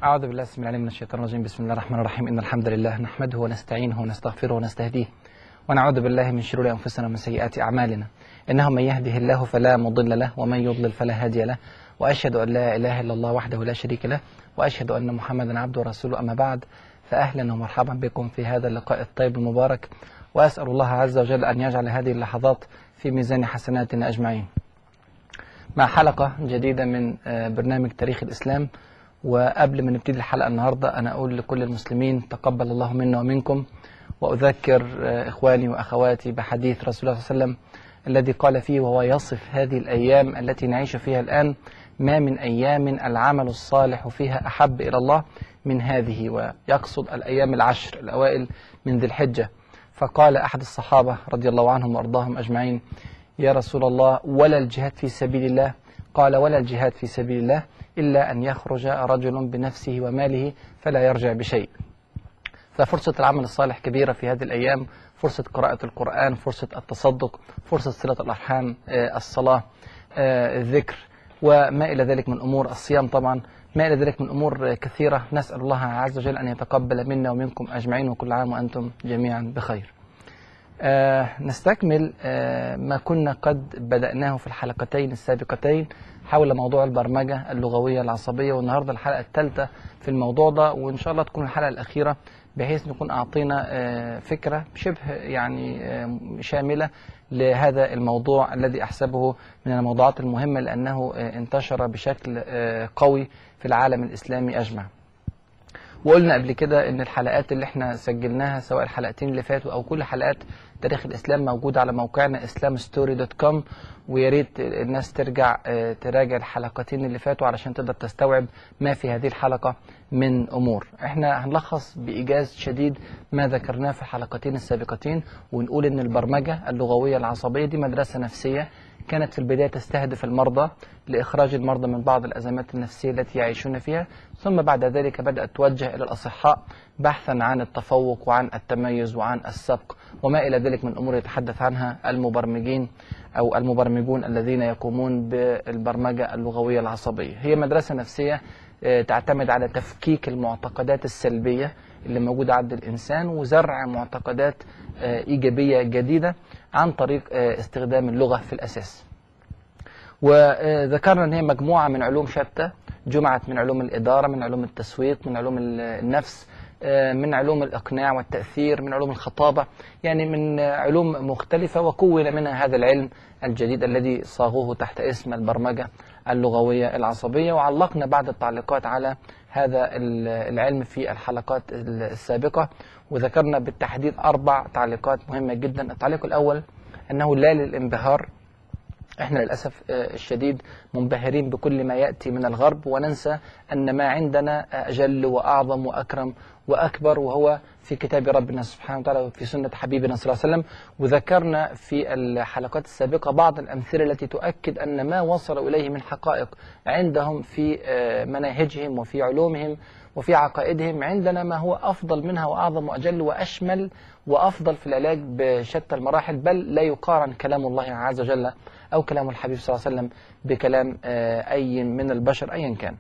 أعوذ بالله السميع العليم من الشيطان الرجيم. بسم الله الرحمن الرحيم. إن الحمد لله نحمده ونستعينه ونستغفره ونستهديه ونعوذ بالله من شرور أنفسنا ومن سيئات أعمالنا. إنه من يهده الله فلا مضل له ومن يضلل فلا هادي له، وأشهد أن لا إله إلا الله وحده لا شريك له، وأشهد أن محمدا عبده ورسوله. أما بعد، فأهلا ومرحبا بكم في هذا اللقاء الطيب المبارك، وأسأل الله عز وجل أن يجعل هذه اللحظات في ميزان حسناتنا أجمعين، مع حلقة جديدة من برنامج تاريخ الإسلام. وقبل ما نبتدي الحلقة النهاردة، أنا أقول لكل المسلمين تقبل الله منا ومنكم، وأذكر إخواني وأخواتي بحديث رسول الله صلى الله عليه وسلم الذي قال فيه وهو يصف هذه الأيام التي نعيش فيها الآن: ما من أيام العمل الصالح فيها أحب إلى الله من هذه، ويقصد الأيام العشر الأوائل من ذي الحجة. فقال أحد الصحابة رضي الله عنهم وأرضاهم أجمعين: يا رسول الله، ولا الجهاد في سبيل الله؟ قال: ولا الجهاد في سبيل الله إلا أن يخرج رجل بنفسه وماله فلا يرجع بشيء. ففرصة العمل الصالح كبيرة في هذه الأيام، فرصة قراءة القرآن، فرصة التصدق، فرصة صلة الأرحام، الصلاة، الذكر، وما إلى ذلك من أمور، الصيام طبعا، ما إلى ذلك من أمور كثيرة. نسأل الله عز وجل أن يتقبل منا ومنكم أجمعين، وكل عام وأنتم جميعا بخير. نستكمل ما كنا قد بدأناه في الحلقتين السابقتين حول موضوع البرمجة اللغوية العصبية، والنهاردة الحلقة الثالثة في الموضوع ده، وإن شاء الله تكون الحلقة الأخيرة، بحيث نكون أعطينا فكرة شبه يعني شاملة لهذا الموضوع الذي أحسبه من الموضوعات المهمة، لأنه انتشر بشكل قوي في العالم الإسلامي أجمع. وقلنا قبل كده ان الحلقات اللي احنا سجلناها، سواء الحلقتين اللي فاتوا او كل حلقات تاريخ الاسلام، موجوده على موقعنا islamstory.com، ويا ريت الناس ترجع تراجع الحلقتين اللي فاتوا علشان تقدر تستوعب ما في هذه الحلقه من امور. احنا هنلخص بايجاز شديد ما ذكرناه في الحلقتين السابقتين، ونقول ان البرمجه اللغويه العصبيه دي مدرسه نفسيه كانت في البداية تستهدف المرضى لإخراج المرضى من بعض الأزمات النفسية التي يعيشون فيها، ثم بعد ذلك بدأت توجه إلى الأصحاء بحثا عن التفوق وعن التميز وعن السبق وما إلى ذلك من أمور يتحدث عنها المبرمجين أو المبرمجون الذين يقومون بالبرمجة اللغوية العصبية. هي مدرسة نفسية تعتمد على تفكيك المعتقدات السلبية اللي موجودة عند الإنسان، وزرع معتقدات إيجابية جديدة عن طريق استخدام اللغة في الأساس. وذكرنا أن هي مجموعة من علوم شتى، جمعت من علوم الإدارة، من علوم التسويق، من علوم النفس، من علوم الإقناع والتأثير، من علوم الخطابة، يعني من علوم مختلفة، وكون منها هذا العلم الجديد الذي صاغوه تحت اسم البرمجة اللغوية العصبية. وعلقنا بعض التعليقات على هذا العلم في الحلقات السابقة، وذكرنا بالتحديد 4 تعليقات مهمة جدا. التعليق الأول أنه لا للانبهار. احنا للأسف الشديد منبهرين بكل ما يأتي من الغرب، وننسى أن ما عندنا أجل وأعظم وأكرم وأكبر، وهو في كتاب ربنا سبحانه وتعالى وفي سنة حبيبنا صلى الله عليه وسلم. وذكرنا في الحلقات السابقة بعض الأمثلة التي تؤكد أن ما وصلوا إليه من حقائق عندهم في مناهجهم وفي علومهم وفي عقائدهم، عندنا ما هو أفضل منها وأعظم وأجل وأشمل وأفضل في العلاج بشتى المراحل، بل لا يقارن كلام الله عز وجل أو كلام الحبيب صلى الله عليه وسلم بكلام أي من البشر أيا كان.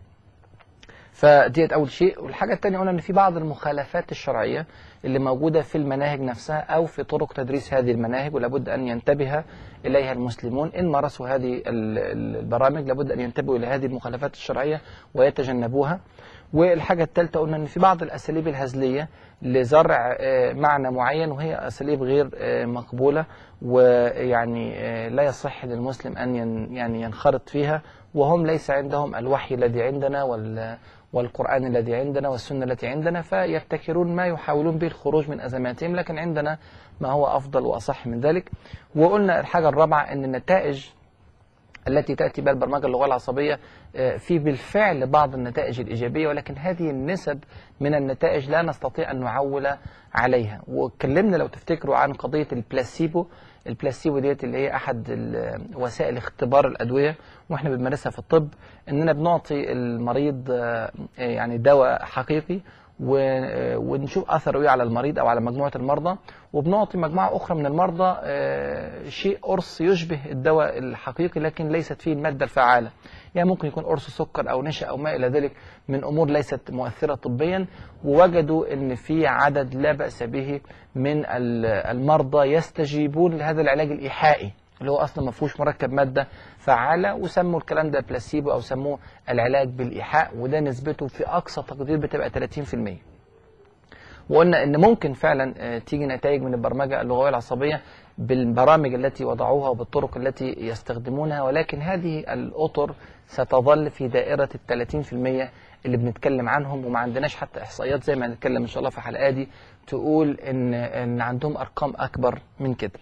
فديت أول شيء. والحاجة الثانية قلنا أن في بعض المخالفات الشرعية اللي موجودة في المناهج نفسها أو في طرق تدريس هذه المناهج، ولابد أن ينتبه إليها المسلمون إن مارسوا هذه البرامج. لابد أن ينتبهوا إلى هذه المخالفات الشرعية ويتجنبوها. والحاجة الثالثة قلنا أن في بعض الأساليب الهزلية لزرع معنى معين، وهي أساليب غير مقبولة، ويعني لا يصح للمسلم أن يعني ينخرط فيها، وهم ليس عندهم الوحي الذي عندنا والقرآن الذي عندنا والسنة التي عندنا، فيبتكرون ما يحاولون به الخروج من أزماتهم، لكن عندنا ما هو أفضل وأصح من ذلك. وقلنا الحاجة الرابعة أن النتائج التي تأتي بها البرمجة اللغوية العصبية في بالفعل بعض النتائج الإيجابية، ولكن هذه النسب من النتائج لا نستطيع أن نعول عليها. واتكلمنا لو تفتكروا عن قضية البلاسيبو. البلاسيبو ديت اللي هي أحد وسائل اختبار الأدوية، وإحنا بنمارسها في الطب، إننا بنعطي المريض يعني دواء حقيقي، ونشوف اثره ايه على المريض او على مجموعه المرضى، وبنعطي مجموعه اخرى من المرضى شيء قرص يشبه الدواء الحقيقي لكن ليست فيه الماده الفعاله. يعني ممكن يكون قرص سكر او نشا او ما الى ذلك من امور ليست مؤثره طبيا، ووجدوا ان في عدد لا باس به من المرضى يستجيبون لهذا العلاج الايحائي اللي هو اصلا ما فيهوش مركب ماده فعاله، وسموا الكلام ده بلاسيبو او سموه العلاج بالايحاء، وده نسبته في اقصى تقدير بتبقى 30%. وقلنا ان ممكن فعلا تيجي نتائج من البرمجه اللغويه العصبيه بالبرامج التي وضعوها وبالطرق التي يستخدمونها، ولكن هذه الاطر ستظل في دائره ال 30% اللي بنتكلم عنهم، وما عندناش حتى احصائيات زي ما هنتكلم ان شاء الله في الحلقه دي تقول ان عندهم ارقام اكبر من كده.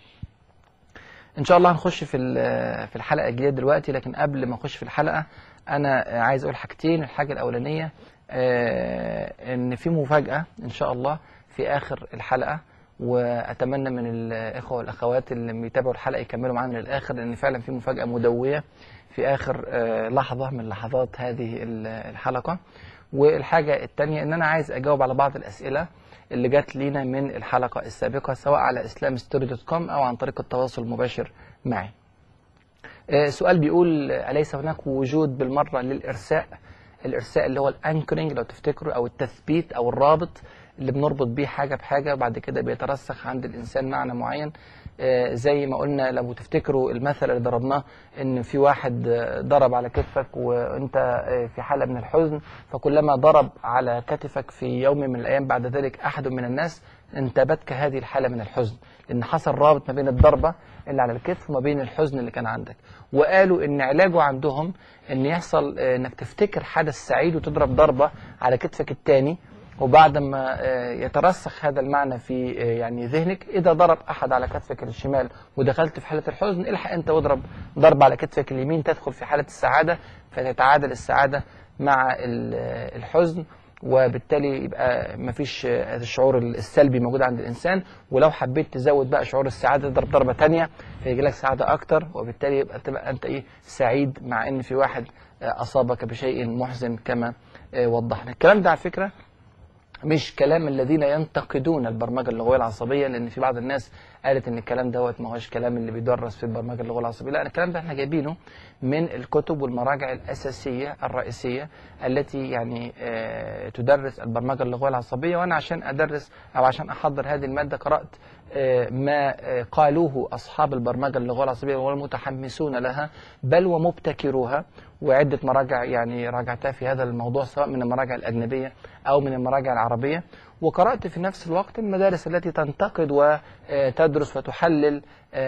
ان شاء الله هنخش في الحلقه الجديده دلوقتي، لكن قبل ما نخش في الحلقه انا عايز اقول حاجتين. الحاجه الاولانيه ان في مفاجاه ان شاء الله في اخر الحلقه، واتمنى من الاخوه والاخوات اللي بيتابعوا الحلقه يكملوا معانا للاخر، لان فعلا في مفاجاه مدويه في اخر لحظه من لحظات هذه الحلقه. والحاجه الثانيه ان انا عايز اجاوب على بعض الاسئله اللي جات لينا من الحلقة السابقة، سواء على islamstory.com أو عن طريق التواصل المباشر معي. سؤال بيقول: أليس هناك وجود بالمرة للإرساء؟ الإرساء اللي هو الأنكرينج لو تفتكروا، أو التثبيت أو الرابط اللي بنربط بيه حاجة بحاجة وبعد كده بيترسخ عند الإنسان معنى معين. زي ما قلنا لو تفتكروا المثل اللي ضربناه، ان في واحد ضرب على كتفك وانت في حالة من الحزن، فكلما ضرب على كتفك في يوم من الايام بعد ذلك احد من الناس انتابتك هذه الحالة من الحزن، لان حصل رابط ما بين الضربة اللي على الكتف وما بين الحزن اللي كان عندك. وقالوا ان علاجه عندهم ان يحصل انك تفتكر حدث سعيد وتضرب ضربة على كتفك الثاني، وبعد ما يترسخ هذا المعنى في يعني ذهنك، إذا ضرب أحد على كتفك الشمال ودخلت في حالة الحزن، الحق أنت واضرب ضرب على كتفك اليمين تدخل في حالة السعادة، فتتعادل السعادة مع الحزن، وبالتالي يبقى مفيش هذا الشعور السلبي موجود عند الإنسان. ولو حبيت تزود بقى شعور السعادة تضرب ضربة تانية فيجي لك سعادة أكتر، وبالتالي يبقى تبقى أنت سعيد، مع إن في واحد أصابك بشيء محزن كما وضحنا. الكلام ده على فكرة مش كلام الذين ينتقدون البرمجة اللغوية العصبية، لأن في بعض الناس قالت إن الكلام دوت ما هوش كلام اللي بيدرس في البرمجة اللغوية العصبية. لا، الكلام ده احنا جايبينه من الكتب والمراجع الأساسية الرئيسية التي يعني تدرس البرمجة اللغوية العصبية. وأنا عشان أدرس أو عشان أحضر هذه المادة قرأت ما قالوه أصحاب البرمجة اللغوية العصبية والمتحمسون لها بل ومبتكروها، وعدة مراجع يعني راجعتها في هذا الموضوع سواء من المراجع الأجنبية أو من المراجع العربية. وقرأت في نفس الوقت المدارس التي تنتقد وتدرس وتحلل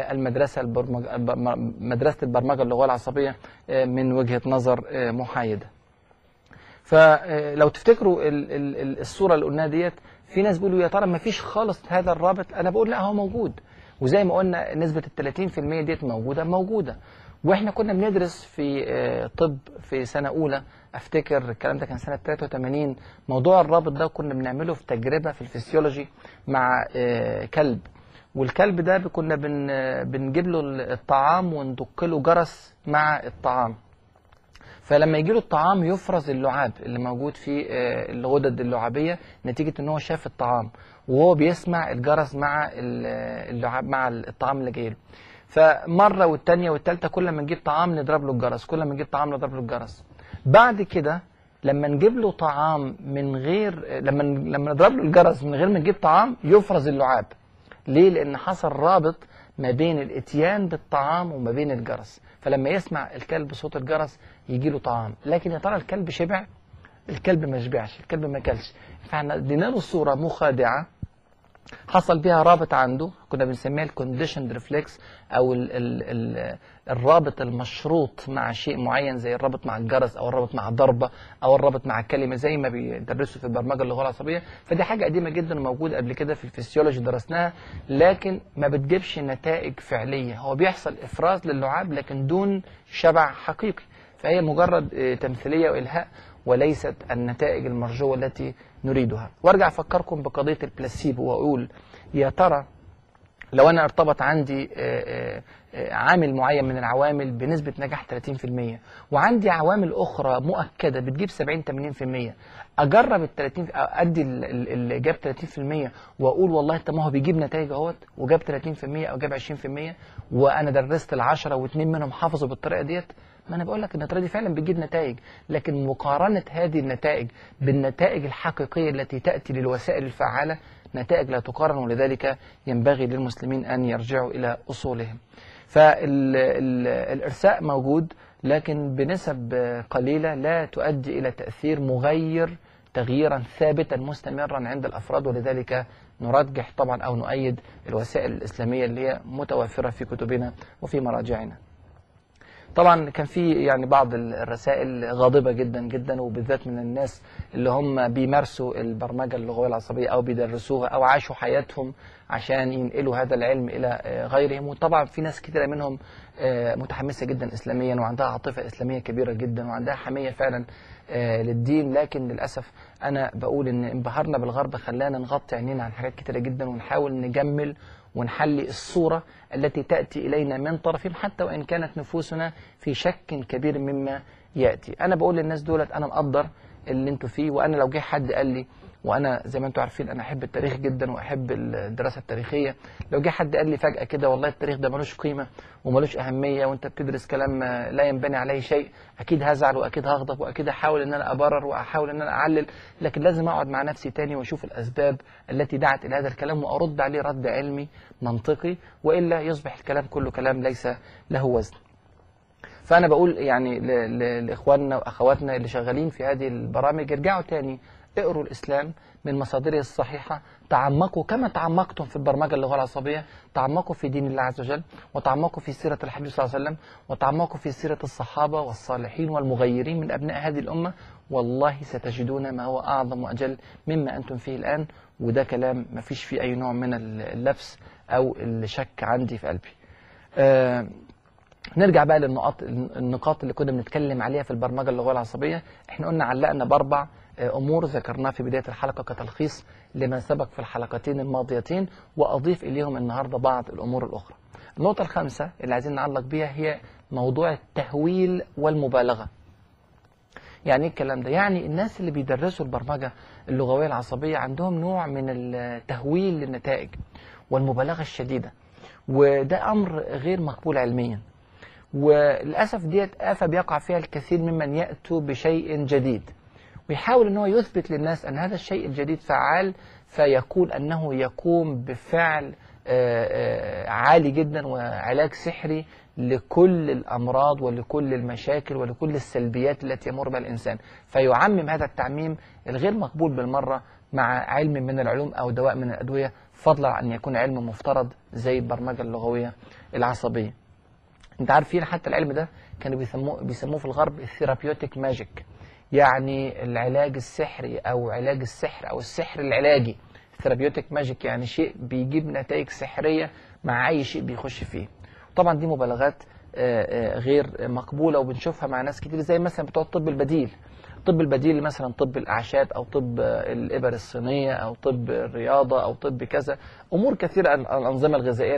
مدرسة البرمجة اللغوية العصبية من وجهة نظر محايدة. فلو تفتكروا الصورة اللي قلناها ديت، في ناس بيقولوا يا ترى ما فيش خالص هذا الرابط. أنا بقول لا، هو موجود، وزي ما قلنا نسبة 30% ديت موجودة. واحنا كنا بندرس في طب في سنة أولى، أفتكر الكلام ده كان سنة 83، موضوع الرابط ده كنا بنعمله في تجربة في الفسيولوجي مع كلب، والكلب ده كنا بنجيب له الطعام وندق له جرس مع الطعام، فلما يجي له الطعام يفرز اللعاب اللي موجود في الغدد اللعابية نتيجة ان هو شاف الطعام، وهو بيسمع الجرس مع اللعاب مع الطعام اللي جاي له. فمرة والتانية والتالتة كل ما نجيب طعام نضرب له الجرس، كل ما نجيب طعام نضرب له الجرس. بعد كده لما نجيب له طعام من غير لما نضرب له الجرس من غير ما نجيب طعام يفرز اللعاب. ليه؟ لأن حصل رابط ما بين الاتيان بالطعام وما بين الجرس، فلما يسمع الكلب صوت الجرس يجي له طعام. لكن يا ترى الكلب شبع؟ الكلب ما شبعش، الكلب ما اكلش. فاحنا ادينا له صورة مخادعة حصل بها رابط عنده، كنا بنسميها الكونديشند ريفلكس، او الرابط المشروط مع شيء معين، زي الرابط مع الجرس او الرابط مع ضربه او الرابط مع كلمه زي ما بيدرسوا في البرمجه اللغويه العصبيه. فدي حاجه قديمه جدا وموجوده قبل كده في الفسيولوجي درسناها، لكن ما بتجيبش نتائج فعليه. هو بيحصل افراز للعاب لكن دون شبع حقيقي، فهي مجرد تمثيليه والهاء وليست النتائج المرجوة التي نريدها. وارجع افكركم بقضية البلاسيبو واقول يا ترى لو أنا ارتبط عندي عامل معين من العوامل بنسبة نجاح 30%، وعندي عوامل أخرى مؤكدة بتجيب 70-80%، أجرب ال 30، أدي اللي جاب 30% وأقول والله طب ما هو بيجيب نتائج أهوت وجاب 30% أو جاب 20%، وأنا درست ال10 واثنين منهم حافظوا بالطريقة ديت. ما أنا بقول لك النتائج دي فعلا بتجيب نتائج، لكن مقارنة هذه النتائج بالنتائج الحقيقية التي تأتي للوسائل الفعالة نتائج لا تقارن، ولذلك ينبغي للمسلمين أن يرجعوا إلى أصولهم. فالإرساء موجود لكن بنسب قليلة لا تؤدي إلى تأثير مغير تغييرا ثابتا مستمرا عند الأفراد، ولذلك نرجح طبعا أو نؤيد الوسائل الإسلامية اللي هي متوفرة في كتبنا وفي مراجعنا. طبعا كان في يعني بعض الرسائل غاضبة جدا جدا، وبالذات من الناس اللي هم بيمارسوا البرمجة اللغوية العصبية أو بيدرسوها أو عاشوا حياتهم عشان ينقلوا هذا العلم إلى غيرهم. وطبعا في ناس كتيرة منهم متحمسة جدا إسلاميا وعندها عاطفة إسلامية كبيرة جدا وعندها حمية فعلا للدين، لكن للأسف أنا بقول إن انبهارنا بالغرب خلانا نغطي عينينا عن حاجات كتيرة جدا ونحاول نجمل ونحلي الصورة التي تأتي إلينا من طرفهم، حتى وإن كانت نفوسنا في شك كبير مما يأتي. أنا بقول للناس دولت أنا مقدر اللي انتوا فيه، وأنا لو جه حد قال لي، وأنا زي ما انتوا عارفين أنا أحب التاريخ جدا وأحب الدراسة التاريخية، لو جه حد قال لي فجأة كده والله التاريخ ده ملوش قيمة وملوش أهمية وأنت بتدرس كلام لا ينبني عليه شيء، أكيد هزعل وأكيد هغضب وأكيد أحاول إن أنا أبرر وأحاول إن أنا أعلل، لكن لازم أقعد مع نفسي تاني وأشوف الأسباب التي دعت إلى هذا الكلام وأرد عليه رد علمي منطقي، وإلا يصبح الكلام كله كلام ليس له وزن. فأنا بقول يعني لإخواننا وأخواتنا اللي شغالين في هذه البرامج ارجعوا تاني اقروا الإسلام من مصادره الصحيحة، تعمقوا كما تعمقتم في البرمجة اللغوية العصبية، تعمقوا في دين الله عز وجل، وتعمقوا في سيرة الحبيب صلى الله عليه وسلم، وتعمقوا في سيرة الصحابة والصالحين والمغيرين من أبناء هذه الأمة، والله ستجدون ما هو أعظم وأجل مما أنتم فيه الآن. وده كلام ما فيش فيه أي نوع من اللبس أو الشك عندي في قلبي. نرجع بقى النقاط اللي كنا بنتكلم عليها في البرمجة اللغوية العصبية. احنا قلنا علقنا بأربع أمور ذكرناها في بداية الحلقة كتلخيص لما سبق في الحلقتين الماضيتين، وأضيف إليهم النهاردة بعض الأمور الأخرى. النقطة الخامسة اللي عايزين نعلق بيها هي موضوع التهويل والمبالغة. يعني ايه الكلام ده؟ يعني الناس اللي بيدرسوا البرمجة اللغوية العصبية عندهم نوع من التهويل للنتائج والمبالغة الشديدة، وده أمر غير مقبول علميا، وللأسف ديت آفة بيقع فيها الكثير ممن يأتوا بشيء جديد ويحاول أنه يثبت للناس أن هذا الشيء الجديد فعال، فيقول أنه يقوم بفعل عالي جدا وعلاج سحري لكل الأمراض ولكل المشاكل ولكل السلبيات التي يمر بها الإنسان، فيعمم هذا التعميم الغير مقبول بالمرة مع علم من العلوم أو دواء من الأدوية، فضلا عن أن يكون علم مفترض زي البرمجة اللغوية العصبية. انت عارفين حتى العلم ده كانوا بيسموه في الغرب الثيرابيوتيك ماجيك، يعني العلاج السحري او علاج السحر او السحر العلاجي. الثيرابيوتيك ماجيك يعني شيء بيجيب نتائج سحرية مع اي شيء بيخش فيه. طبعا دي مبالغات غير مقبولة وبنشوفها مع ناس كتير، زي مثلا بتوع الطب البديل. الطب البديل مثلا طب الأعشاب أو طب الإبر الصينية أو طب الرياضة أو طب كذا، أمور كثيرة، الأنظمة الغذائية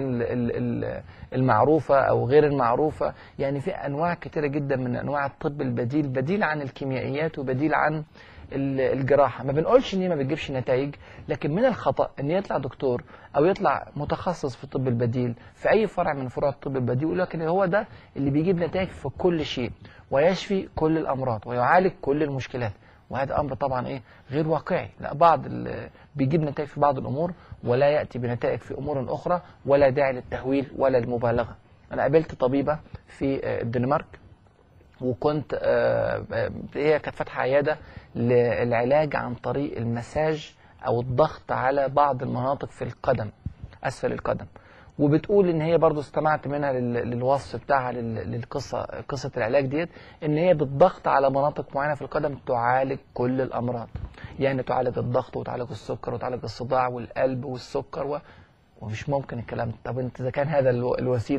المعروفة أو غير المعروفة، يعني في أنواع كثيرة جدا من أنواع الطب البديل، بديل عن الكيميائيات وبديل عن الجراحة. ما بنقولش ان هي ما بتجيبش نتائج، لكن من الخطأ ان يطلع دكتور او يطلع متخصص في الطب البديل في اي فرع من فروع الطب البديل يقول لك ان هو ده اللي بيجيب نتائج في كل شيء ويشفي كل الامراض ويعالج كل المشكلات، وهذا امر طبعا غير واقعي. لا، بعض بيجيب نتائج في بعض الامور ولا ياتي بنتائج في امور اخرى، ولا داعي للتهويل ولا المبالغه. انا قابلت طبيبه في الدنمارك، وكنت هي كانت فاتحه عياده للعلاج عن طريق المساج او الضغط على بعض المناطق في القدم، اسفل القدم، وبتقول ان هي برضو استمعت منها للوصف بتاعها قصه العلاج ديت، ان هي بالضغط على مناطق معينه في القدم تعالج كل الامراض، يعني تعالج الضغط وتعالج السكر وتعالج الصداع والقلب والسكر ومش ممكن الكلام ده. طب انت اذا كان هذه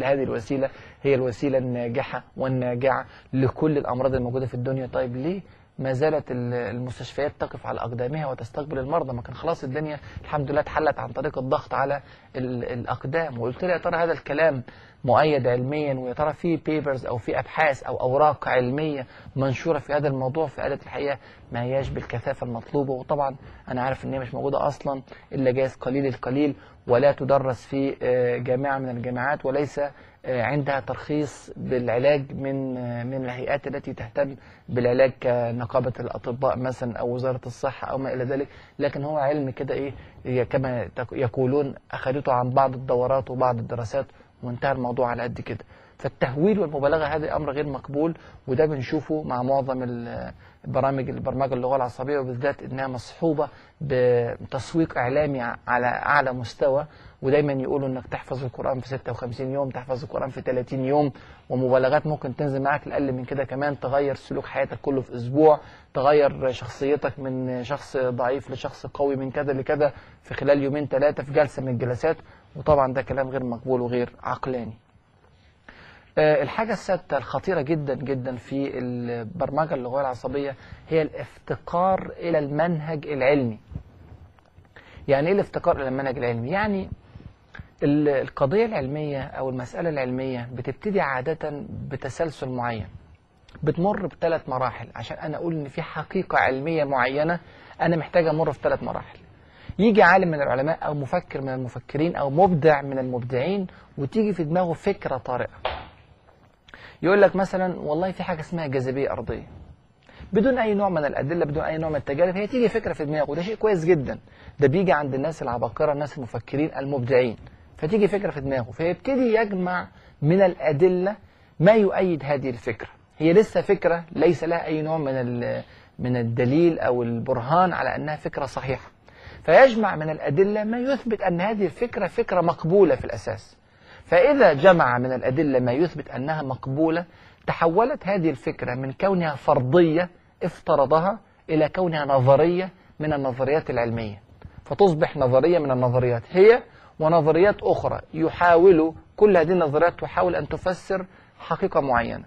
الوسيله هي الوسيله الناجحه والناجعه لكل الامراض الموجوده في الدنيا، طيب ليه ما زالت المستشفيات تقف على أقدامها وتستقبل المرضى. ما كان خلاص الدنيا الحمد لله اتحلت عن طريق الضغط على الأقدام. وقلت له يا ترى هذا الكلام مؤيد علميا، ويا ترى في بيبرز أو في أبحاث أو أوراق علمية منشورة في هذا الموضوع؟ فقالت الحقيقة ما هياش بالكثافة المطلوبة، وطبعا أنا عارف إن هي مش موجودة أصلا إلا جايز قليل القليل، ولا تدرس في جامعة من الجامعات، وليس عندها ترخيص بالعلاج من الهيئات التي تهتم بالعلاج كنقابة الأطباء مثلا أو وزارة الصحة أو ما إلى ذلك. لكن هو علم كده إيه كما يقولون أخذته عن بعض الدورات وبعض الدراسات وانتهى الموضوع على قد كده. فالتهويل والمبالغة هذا أمر غير مقبول، وده بنشوفه مع معظم برامج البرمجة اللغة العصبية، وبالذات إنها مصحوبة بتسويق إعلامي على أعلى مستوى. ودايما يقولوا إنك تحفظ القرآن في 56 يوم، تحفظ القرآن في 30 يوم، ومبالغات ممكن تنزل معاك لأقل من كده كمان، تغير سلوك حياتك كله في أسبوع، تغير شخصيتك من شخص ضعيف لشخص قوي، من كذا لكذا في خلال يومين ثلاثة في جلسة من الجلسات. وطبعا ده كلام غير مقبول وغير عقلاني. الحاجة السادسة الخطيرة جدا جدا في البرمجة اللغوية العصبية هي الافتقار إلى المنهج العلمي. يعني إيه الافتقار إلى المنهج العلمي؟ يعني القضية العلمية أو المسألة العلمية بتبتدي عادة بتسلسل معين، بتمر ب3 مراحل. عشان أنا أقول إن في حقيقة علمية معينة أنا محتاج أمر في 3 مراحل. يجي عالم من العلماء أو مفكر من المفكرين أو مبدع من المبدعين، وتيجي في دماغه فكرة طارئة. يقول لك مثلا والله في حاجة اسمها جاذبية أرضية، بدون أي نوع من الأدلة، بدون أي نوع من التجارب، هي تيجي فكرة في دماغه، وده شيء كويس جدا. ده بيجي عند الناس العباقرة، الناس المفكرين المبدعين، فتيجي فكرة في دماغه، فيبتدي يجمع من الأدلة ما يؤيد هذه الفكرة. هي لسه فكرة ليس لها أي نوع من الدليل أو البرهان على أنها فكرة صحيحة، فيجمع من الأدلة ما يثبت أن هذه الفكرة فكرة مقبولة في الأساس. فإذا جمع من الأدلة ما يثبت أنها مقبولة، تحولت هذه الفكرة من كونها فرضية افترضها إلى كونها نظرية من النظريات العلمية، فتصبح نظرية من النظريات هي ونظريات أخرى. كل هذه النظريات تحاول أن تفسر حقيقة معينة،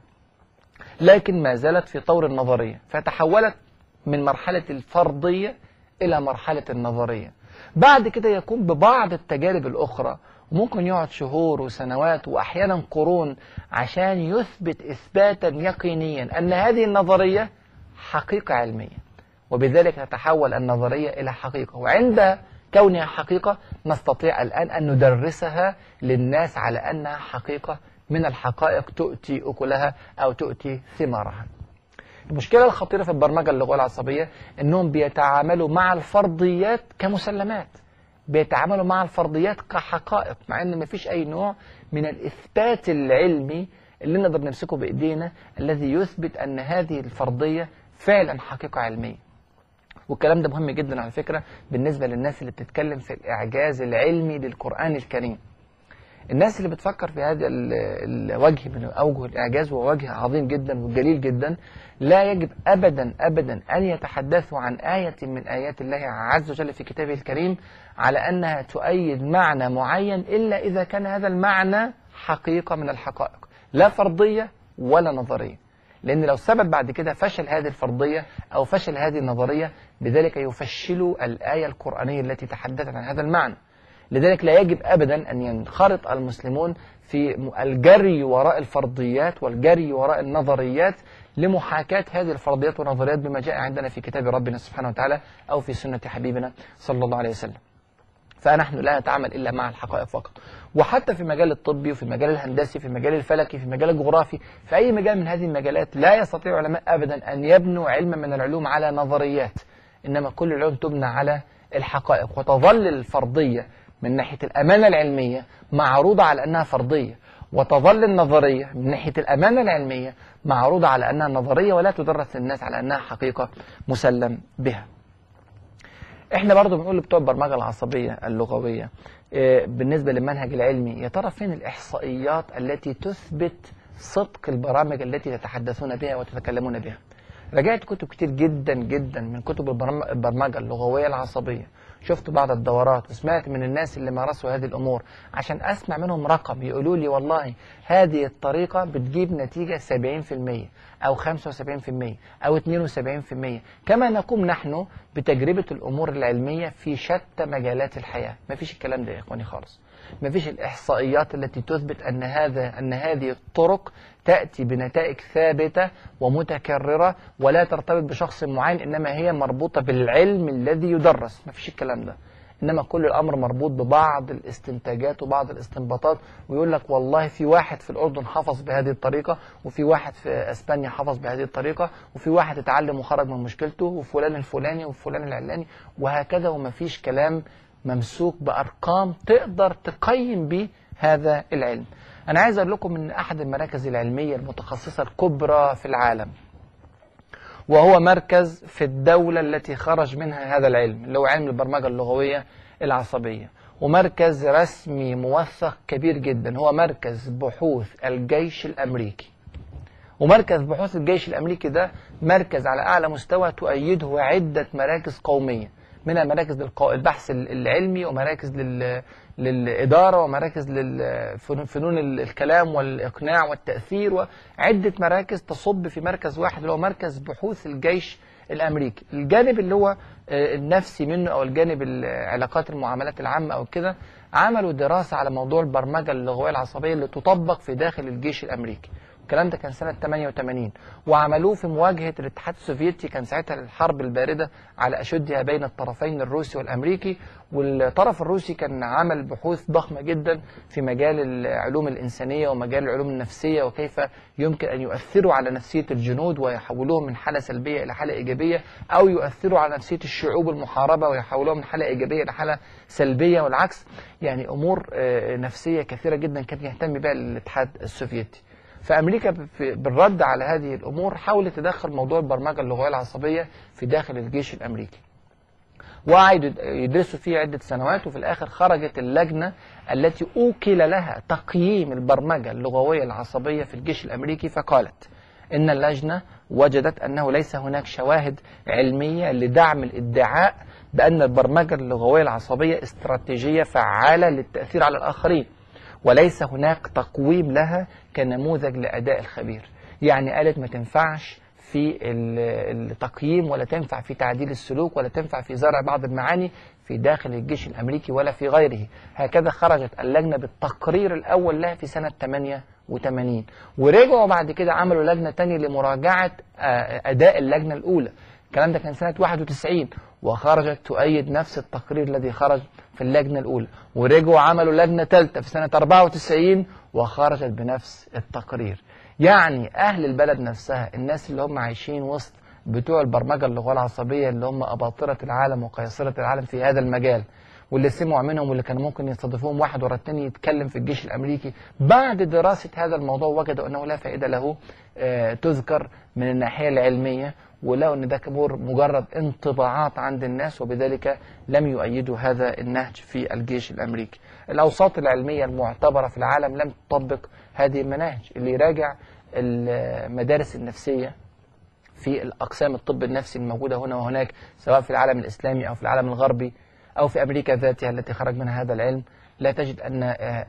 لكن ما زالت في طور النظرية، فتحولت من مرحلة الفرضية إلى مرحلة النظرية. بعد كده يقوم ببعض التجارب الأخرى، وممكن يقعد شهور وسنوات وأحيانا قرون عشان يثبت إثباتا يقينيا أن هذه النظرية حقيقة علمية، وبذلك تتحول النظرية إلى حقيقة. وعند كونها حقيقة نستطيع الآن أن ندرسها للناس على أنها حقيقة من الحقائق تؤتي أكلها أو تؤتي ثمارها. المشكلة الخطيرة في البرمجة اللغوية العصبية أنهم بيتعاملوا مع الفرضيات كمسلمات، بيتعاملوا مع الفرضيات كحقائق، مع أن مفيش أي نوع من الإثبات العلمي اللي نقدر نمسكه بإيدينا الذي يثبت أن هذه الفرضية فعلا حقيقة علمية. والكلام ده مهم جدا على فكرة بالنسبة للناس اللي بتتكلم في الإعجاز العلمي للقرآن الكريم. الناس اللي بتفكر في هذا الوجه من أوجه الإعجاز، وهو وجه عظيم جدا وجليل جدا، لا يجب أبدا أبدا أن يتحدثوا عن آية من آيات الله عز وجل في كتابه الكريم على أنها تؤيد معنى معين إلا إذا كان هذا المعنى حقيقة من الحقائق، لا فرضية ولا نظرية. لأن لو سبب بعد كده فشل هذه الفرضية أو فشل هذه النظرية، بذلك يفشلوا الآية القرآنية التي تحدثت عن هذا المعنى. لذلك لا يجب أبدا أن ينخرط المسلمون في الجري وراء الفرضيات والجري وراء النظريات لمحاكاة هذه الفرضيات والنظريات بما جاء عندنا في كتاب ربنا سبحانه وتعالى أو في سنة حبيبنا صلى الله عليه وسلم. فنحن لا نتعامل إلا مع الحقائق فقط. وحتى في مجال الطبي وفي المجال الهندسي، في المجال الفلكي، في المجال الجغرافي، في أي مجال من هذه المجالات لا يستطيع العلماء أبدا أن يبنوا علما من العلوم على نظريات، إنما كل العلوم تبنى على الحقائق. وتظل الفرضية من ناحية الأمانة العلمية معروضة على أنها فرضية، وتظل النظرية من ناحية الأمانة العلمية معروضة على أنها نظرية ولا تدرس للناس على أنها حقيقة مسلم بها. احنا برضو بنقول لبتوع البرمجة العصبية اللغوية بالنسبة للمنهج العلمي، يا ترى فين الإحصائيات التي تثبت صدق البرامج التي تتحدثون بها وتتكلمون بها؟ رجعت كتب كتير جدا جدا من كتب البرمجة اللغوية العصبية، شفت بعض الدورات وسمعت من الناس اللي مارسوا هذه الأمور عشان أسمع منهم رقم يقولوا لي والله هذه الطريقة بتجيب نتيجة 70% أو 75% أو 72%. كما نقوم نحن بتجربة الأمور العلمية في شتى مجالات الحياة. ما فيش الكلام ده يا إخواني خالص. ما فيش الإحصائيات التي تثبت أن هذه الطرق تأتي بنتائج ثابتة ومتكررة ولا ترتبط بشخص معين، إنما هي مربوطة بالعلم الذي يدرس. ما فيش الكلام ده. إنما كل الأمر مربوط ببعض الاستنتاجات وبعض الاستنباطات، ويقول لك والله في واحد في الأردن حفظ بهذه الطريقة، وفي واحد في أسبانيا حفظ بهذه الطريقة، وفي واحد اتعلم وخرج من مشكلته، وفلان الفلاني وفلان العلاني، وهكذا. وما فيش كلام ممسوك بأرقام تقدر تقيم به هذا العلم. أنا عايز أقول لكم من أحد المراكز العلمية المتخصصة الكبرى في العالم، وهو مركز في الدولة التي خرج منها هذا العلم، اللي هو علم البرمجة اللغوية العصبية، ومركز رسمي موثق كبير جدا، هو مركز بحوث الجيش الأمريكي. ومركز بحوث الجيش الأمريكي ده مركز على أعلى مستوى تؤيده عدة مراكز قومية، منها مراكز للبحث العلمي، ومراكز للإدارة، ومراكز لفنون الكلام والإقناع والتأثير، وعدة مراكز تصب في مركز واحد اللي هو مركز بحوث الجيش الأمريكي. الجانب اللي هو النفسي منه أو الجانب علاقات المعاملات العامة أو كده، عملوا دراسة على موضوع البرمجة اللغوية العصبية اللي تطبق في داخل الجيش الأمريكي. الكلام ده كان سنة 88، وعملوه في مواجهة الاتحاد السوفيتي. كان ساعتها الحرب الباردة على أشدها بين الطرفين الروسي والأمريكي، والطرف الروسي كان عمل بحوث ضخمة جدا في مجال العلوم الإنسانية ومجال العلوم النفسية، وكيف يمكن أن يؤثروا على نفسية الجنود ويحولوهم من حالة سلبية إلى حالة إيجابية، أو يؤثروا على نفسية الشعوب المحاربة ويحولوهم من حالة إيجابية إلى حالة سلبية والعكس. يعني أمور نفسية كثيرة جدا كان يهتم بها الاتحاد السوفيتي. فأمريكا بالرد على هذه الأمور حاولت تدخل موضوع البرمجة اللغوية العصبية في داخل الجيش الأمريكي، وقعدوا يدرسوا فيه عدة سنوات، وفي الآخر خرجت اللجنة التي أوكل لها تقييم البرمجة اللغوية العصبية في الجيش الأمريكي، فقالت إن اللجنة وجدت أنه ليس هناك شواهد علمية لدعم الادعاء بأن البرمجة اللغوية العصبية استراتيجية فعالة للتأثير على الآخرين، وليس هناك تقويم لها كنموذج لأداء الخبير. يعني قالت ما تنفعش في التقييم، ولا تنفع في تعديل السلوك، ولا تنفع في زرع بعض المعاني في داخل الجيش الأمريكي ولا في غيره. هكذا خرجت اللجنة بالتقرير الأول لها في سنة 88، ورجعوا بعد كده عملوا لجنة تانية لمراجعة أداء اللجنة الأولى. الكلام ده كان سنة 91، وخرجت تؤيد نفس التقرير الذي خرج في اللجنة الأولى، ورجعوا عملوا لجنة ثالثة في سنة 94 وخرجت بنفس التقرير. يعني أهل البلد نفسها، الناس اللي هم عايشين وسط بتوع البرمجة اللغوية العصبية، اللي هم أباطرة العالم وقياصرة العالم في هذا المجال، واللي سمعوا منهم واللي كانوا ممكن يستضيفوهم واحد ورا التاني يتكلم في الجيش الأمريكي، بعد دراسة هذا الموضوع وجدوا أنه لا فائدة له تذكر من الناحية العلمية، ولو أن ده مجرد انطباعات عند الناس، وبذلك لم يؤيدوا هذا النهج في الجيش الأمريكي. الأوساط العلمية المعتبرة في العالم لم تطبق هذه المناهج. اللي يراجع المدارس النفسية في الأقسام الطب النفسي الموجودة هنا وهناك، سواء في العالم الإسلامي أو في العالم الغربي أو في أمريكا ذاتها التي خرج منها هذا العلم، لا تجد أن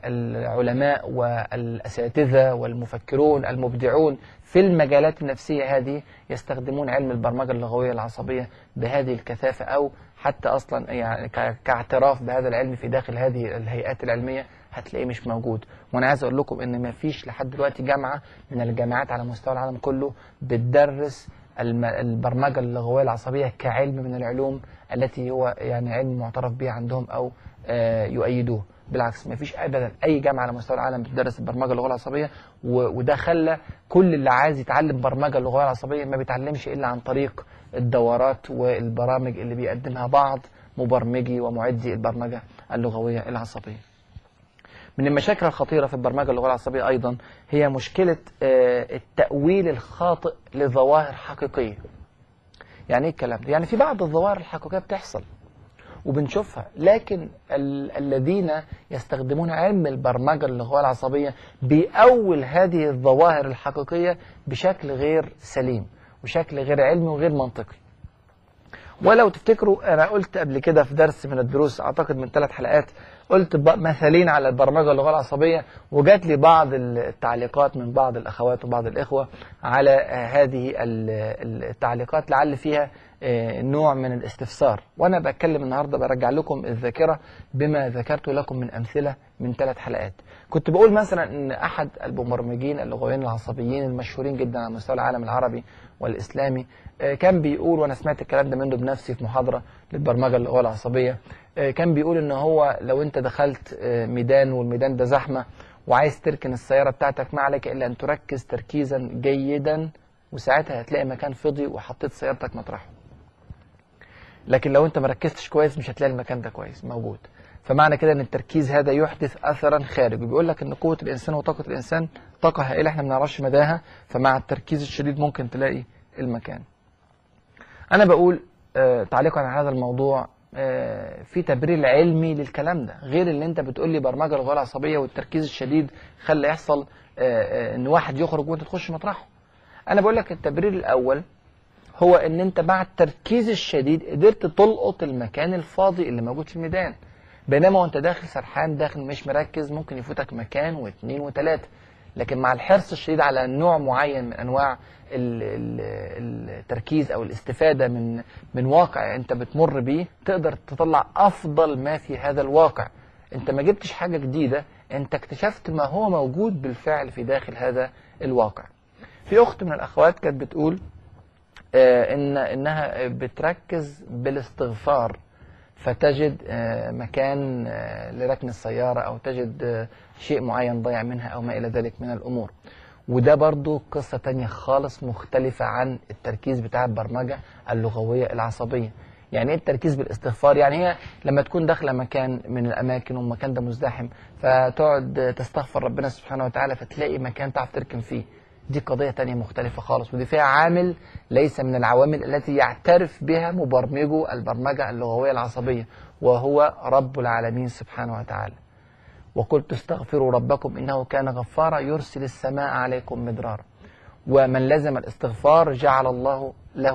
العلماء والأساتذة والمفكرون المبدعون في المجالات النفسية هذه يستخدمون علم البرمجة اللغوية العصبية بهذه الكثافة، أو حتى أصلا يعني كاعتراف بهذا العلم في داخل هذه الهيئات العلمية هتلاقيه مش موجود. وأنا عايز أقول لكم إن ما فيش لحد دلوقتي جامعة من الجامعات على مستوى العالم كله بتدرس البرمجة اللغوية العصبية كعلم من العلوم التي هو يعني علم معترف به عندهم أو يؤيدوه. بالعكس، ما فيش ابدا اي جامعه على مستوى العالم بتدرس البرمجه اللغويه العصبيه، وده خلى كل اللي عايز يتعلم برمجه اللغويه العصبيه ما بيتعلمش الا عن طريق الدورات والبرامج اللي بيقدمها بعض مبرمجي ومعدي البرمجه اللغويه العصبيه. من المشاكل الخطيره في البرمجه اللغويه العصبيه ايضا هي مشكله التاويل الخاطئ لظواهر حقيقيه. يعني ايه الكلام ده؟ يعني في بعض الظواهر الحقيقيه بتحصل وبنشوفها، لكن الذين يستخدمون علم البرمجة اللغوية العصبية بيأول هذه الظواهر الحقيقية بشكل غير سليم وشكل غير علمي وغير منطقي. ولو تفتكروا أنا قلت قبل كده في درس من الدروس أعتقد من 3 حلقات، قلت مثالين على البرمجة اللغوية العصبية، وجات لي بعض التعليقات من بعض الأخوات وبعض الإخوة على هذه التعليقات، لعل فيها نوع من الاستفسار. وأنا بتكلم النهاردة برجع لكم الذاكرة بما ذكرت لكم من أمثلة من 3 حلقات. كنت بقول مثلا أن أحد المبرمجين اللغويين العصبيين المشهورين جدا على مستوى العالم العربي والإسلامي كان بيقول، وأنا سمعت الكلام ده منه بنفسي في محاضرة للبرمجة اللغوية العصبية، كان بيقول إن هو لو أنت دخلت ميدان والميدان ده زحمة وعايز تركن السيارة بتاعتك، ما عليك إلا أن تركز تركيزا جيدا، وساعتها هتلاقي مكان فضي وحطيت سيارتك مطرحه. لكن لو أنت مركزتش كويس مش هتلاقي المكان ده كويس موجود. فمعنى كده أن التركيز هذا يحدث أثرا خارج، وبيقول لك أن قوة الإنسان وطاقة الإنسان طاقة هائلة احنا ما بنعرفش مداها، فمع التركيز الشديد ممكن تلاقي المكان. أنا بقول تعليقا على هذا الموضوع، في تبرير علمي للكلام ده، غير اللي انت بتقول لي برمجه الغويه العصبيه والتركيز الشديد خلى يحصل ان واحد يخرج وانت تخش مطرحه. انا بقول لك التبرير الاول هو ان انت مع التركيز الشديد قدرت تلقط المكان الفاضي اللي موجود في الميدان، بينما وانت داخل سرحان داخل مش مركز ممكن يفوتك مكان واثنين وثلاثه. لكن مع الحرص الشديد على نوع معين من انواع التركيز او الاستفاده من واقع انت بتمر بيه، تقدر تطلع افضل ما في هذا الواقع. انت ما جبتش حاجه جديده، انت اكتشفت ما هو موجود بالفعل في داخل هذا الواقع. في اخت من الاخوات كانت بتقول انها بتركز بالاستغفار فتجد مكان لركن السيارة أو تجد شيء معين ضيع منها أو ما إلى ذلك من الأمور. وده برضو قصة تانية خالص مختلفة عن التركيز بتاع البرمجة اللغوية العصبية. يعني ايه التركيز بالاستغفار؟ يعني هي لما تكون داخلة مكان من الأماكن والمكان ده مزدحم فتقعد تستغفر ربنا سبحانه وتعالى فتلاقي مكان تعرف تركن فيه، دي قضية تانية مختلفة خالص، ودي فيها عامل ليس من العوامل التي يعترف بها مبرمجو البرمجة اللغوية العصبية، وهو رب العالمين سبحانه وتعالى. وقلت استغفروا ربكم إنه كان غفارا يرسل السماء عليكم مدرارا. ومن لزم الاستغفار جعل الله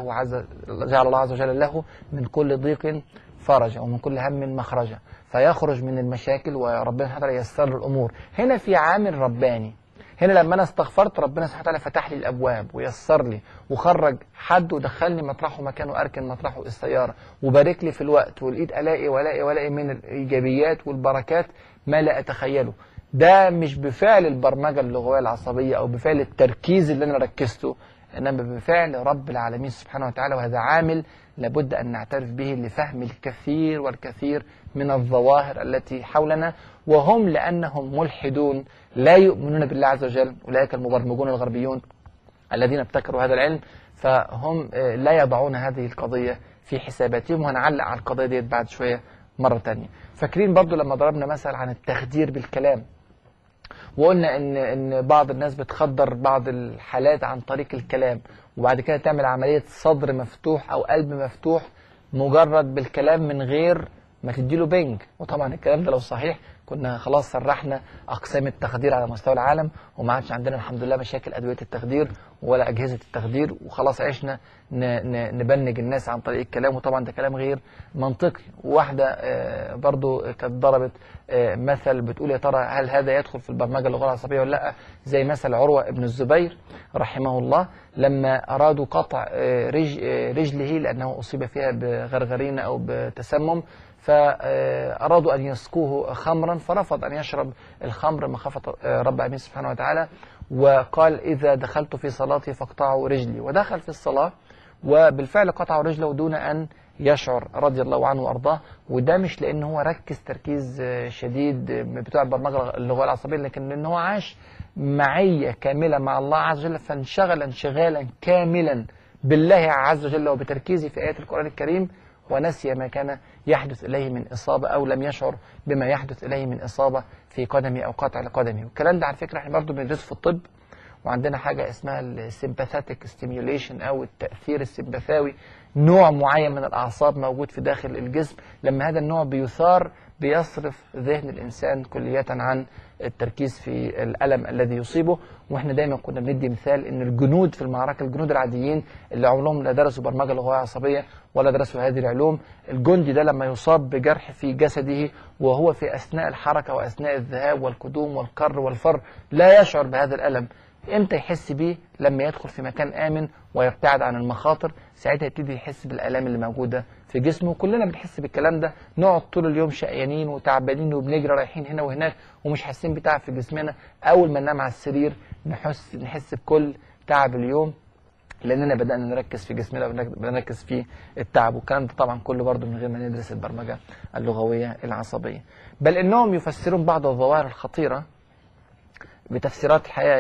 عز وجل له من كل ضيق فرجا ومن كل هم مخرجا، فيخرج من المشاكل وربنا سبحانه وتعالى ييسر له الأمور. هنا في عامل رباني، هنا لما أنا استغفرت ربنا سبحانه وتعالى فتح لي الأبواب ويسر لي وخرج حد ودخلني مطرحه مكانه أركن مطرحه السيارة وبارك لي في الوقت، ولقيت ألاقي من الإيجابيات والبركات ما لا أتخيله. ده مش بفعل البرمجة اللغوية العصبية أو بفعل التركيز اللي أنا ركزته، إنما بفعل رب العالمين سبحانه وتعالى. وهذا عامل لابد أن نعترف به لفهم الكثير والكثير من الظواهر التي حولنا، وهم لأنهم ملحدون لا يؤمنون بالله عز وجل، أولئك المبرمجون الغربيون الذين ابتكروا هذا العلم، فهم لا يضعون هذه القضية في حساباتهم. وهنعلق على القضية دي بعد شوية مرة تانية. فاكرين برضو لما ضربنا مثل عن التخدير بالكلام، وقلنا إن بعض الناس بتخدر بعض الحالات عن طريق الكلام، وبعد كده تعمل عملية صدر مفتوح أو قلب مفتوح مجرد بالكلام من غير ما تديله بنج. وطبعا الكلام ده لو صحيح كنا خلاص سرحنا أقسام التخدير على مستوى العالم، وما عادش عندنا الحمد لله مشاكل أدوية التخدير ولا أجهزة التخدير، وخلاص عشنا نبنج الناس عن طريق الكلام. وطبعا ده كلام غير منطقي. وواحدة برضو كانت ضربت مثل بتقول يا ترى هل هذا يدخل في البرمجة اللغوية العصبية ولا لا، زي مثل عروة ابن الزبير رحمه الله لما أرادوا قطع رجله لأنه أصيب فيها بغرغرين أو بتسمم، فأرادوا أن يسقوه خمرا فرفض أن يشرب الخمر مخافة رب العالمين سبحانه وتعالى، وقال إذا دخلت في صلاتي فاقطعوا رجلي. ودخل في الصلاة وبالفعل قطعوا رجله دون أن يشعر رضي الله عنه وأرضاه. وده مش لأن هو ركز تركيز شديد بتوع البرمجة اللغوية العصبية، لكن لأن هو عاش معية كاملة مع الله عز وجل، فانشغل انشغالا كاملا بالله عز وجل وبتركيزه في آيات القرآن الكريم، ونسي ما كان يحدث إليه من إصابة أو لم يشعر بما يحدث إليه من إصابة في قدمه أو قطع لقدمه. والكلام ده على فكرة احنا برضو بندرسه في الطب، وعندنا حاجة اسمها السيمباثيك ستيميوليشن أو التأثير السيمباثاوي، نوع معين من الأعصاب موجود في داخل الجسم، لما هذا النوع بيثار بيصرف ذهن الإنسان كلية عن التركيز في الألم الذي يصيبه. وإحنا دايما كنا بندي مثال إن الجنود في المعركة، الجنود العاديين اللي عمرهم لا درسوا برمجة لغوية عصبية ولا درسوا هذه العلوم، الجندي ده لما يصاب بجرح في جسده وهو في أثناء الحركة وأثناء الذهاب والقدوم والكر والفر لا يشعر بهذا الألم. امتى يحس بيه؟ لما يدخل في مكان آمن ويبتعد عن المخاطر، ساعتها يبتدي يحس بالآلام اللي موجودة في جسمه. كلنا بنحس بالكلام ده، نقعد طول اليوم شقيانين وتعبانين وبنجري رايحين هنا وهناك ومش حاسين بتعب في جسمنا. أول ما ننام على السرير نحس بكل تعب اليوم، لأننا بدأنا نركز في جسمنا ونركز في التعب. والكلام ده طبعا كله برضه من غير ما ندرس البرمجة اللغوية العصبية. بل إنهم يفسرون بعض الظواهر الخطيرة بتفسيرات الحياة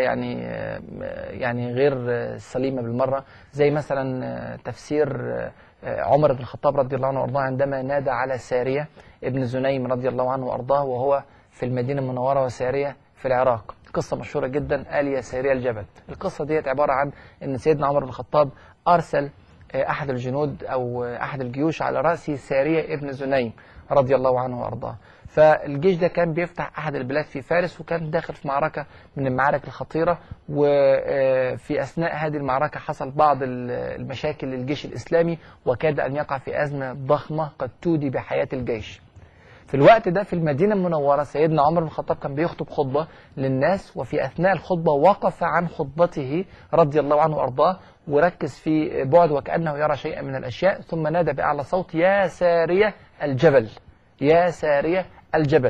يعني غير سليمة بالمرة، زي مثلا تفسير عمر بن الخطاب رضي الله عنه وأرضاه عندما نادى على سارية ابن زنيم رضي الله عنه وأرضاه وهو في المدينة المنورة وسارية في العراق. قصة مشهورة جدا، قال يا سارية الجبل. القصة دي عبارة عن أن سيدنا عمر بن الخطاب أرسل أحد الجنود أو أحد الجيوش على رأس سارية ابن زنيم رضي الله عنه وأرضاه. فالجيش ده كان بيفتح أحد البلاد في فارس، وكان داخل في معركة من المعارك الخطيرة. وفي أثناء هذه المعركة حصل بعض المشاكل للجيش الإسلامي، وكاد أن يقع في أزمة ضخمة قد تودي بحياة الجيش. في الوقت ده في المدينة المنورة سيدنا عمر بن الخطاب كان بيخطب خطبة للناس، وفي أثناء الخطبة وقف عن خطبته رضي الله عنه وأرضاه وركز في بعد وكأنه يرى شيئا من الأشياء، ثم نادى بأعلى صوت يا سارية الجبل، يا سارية الجبل.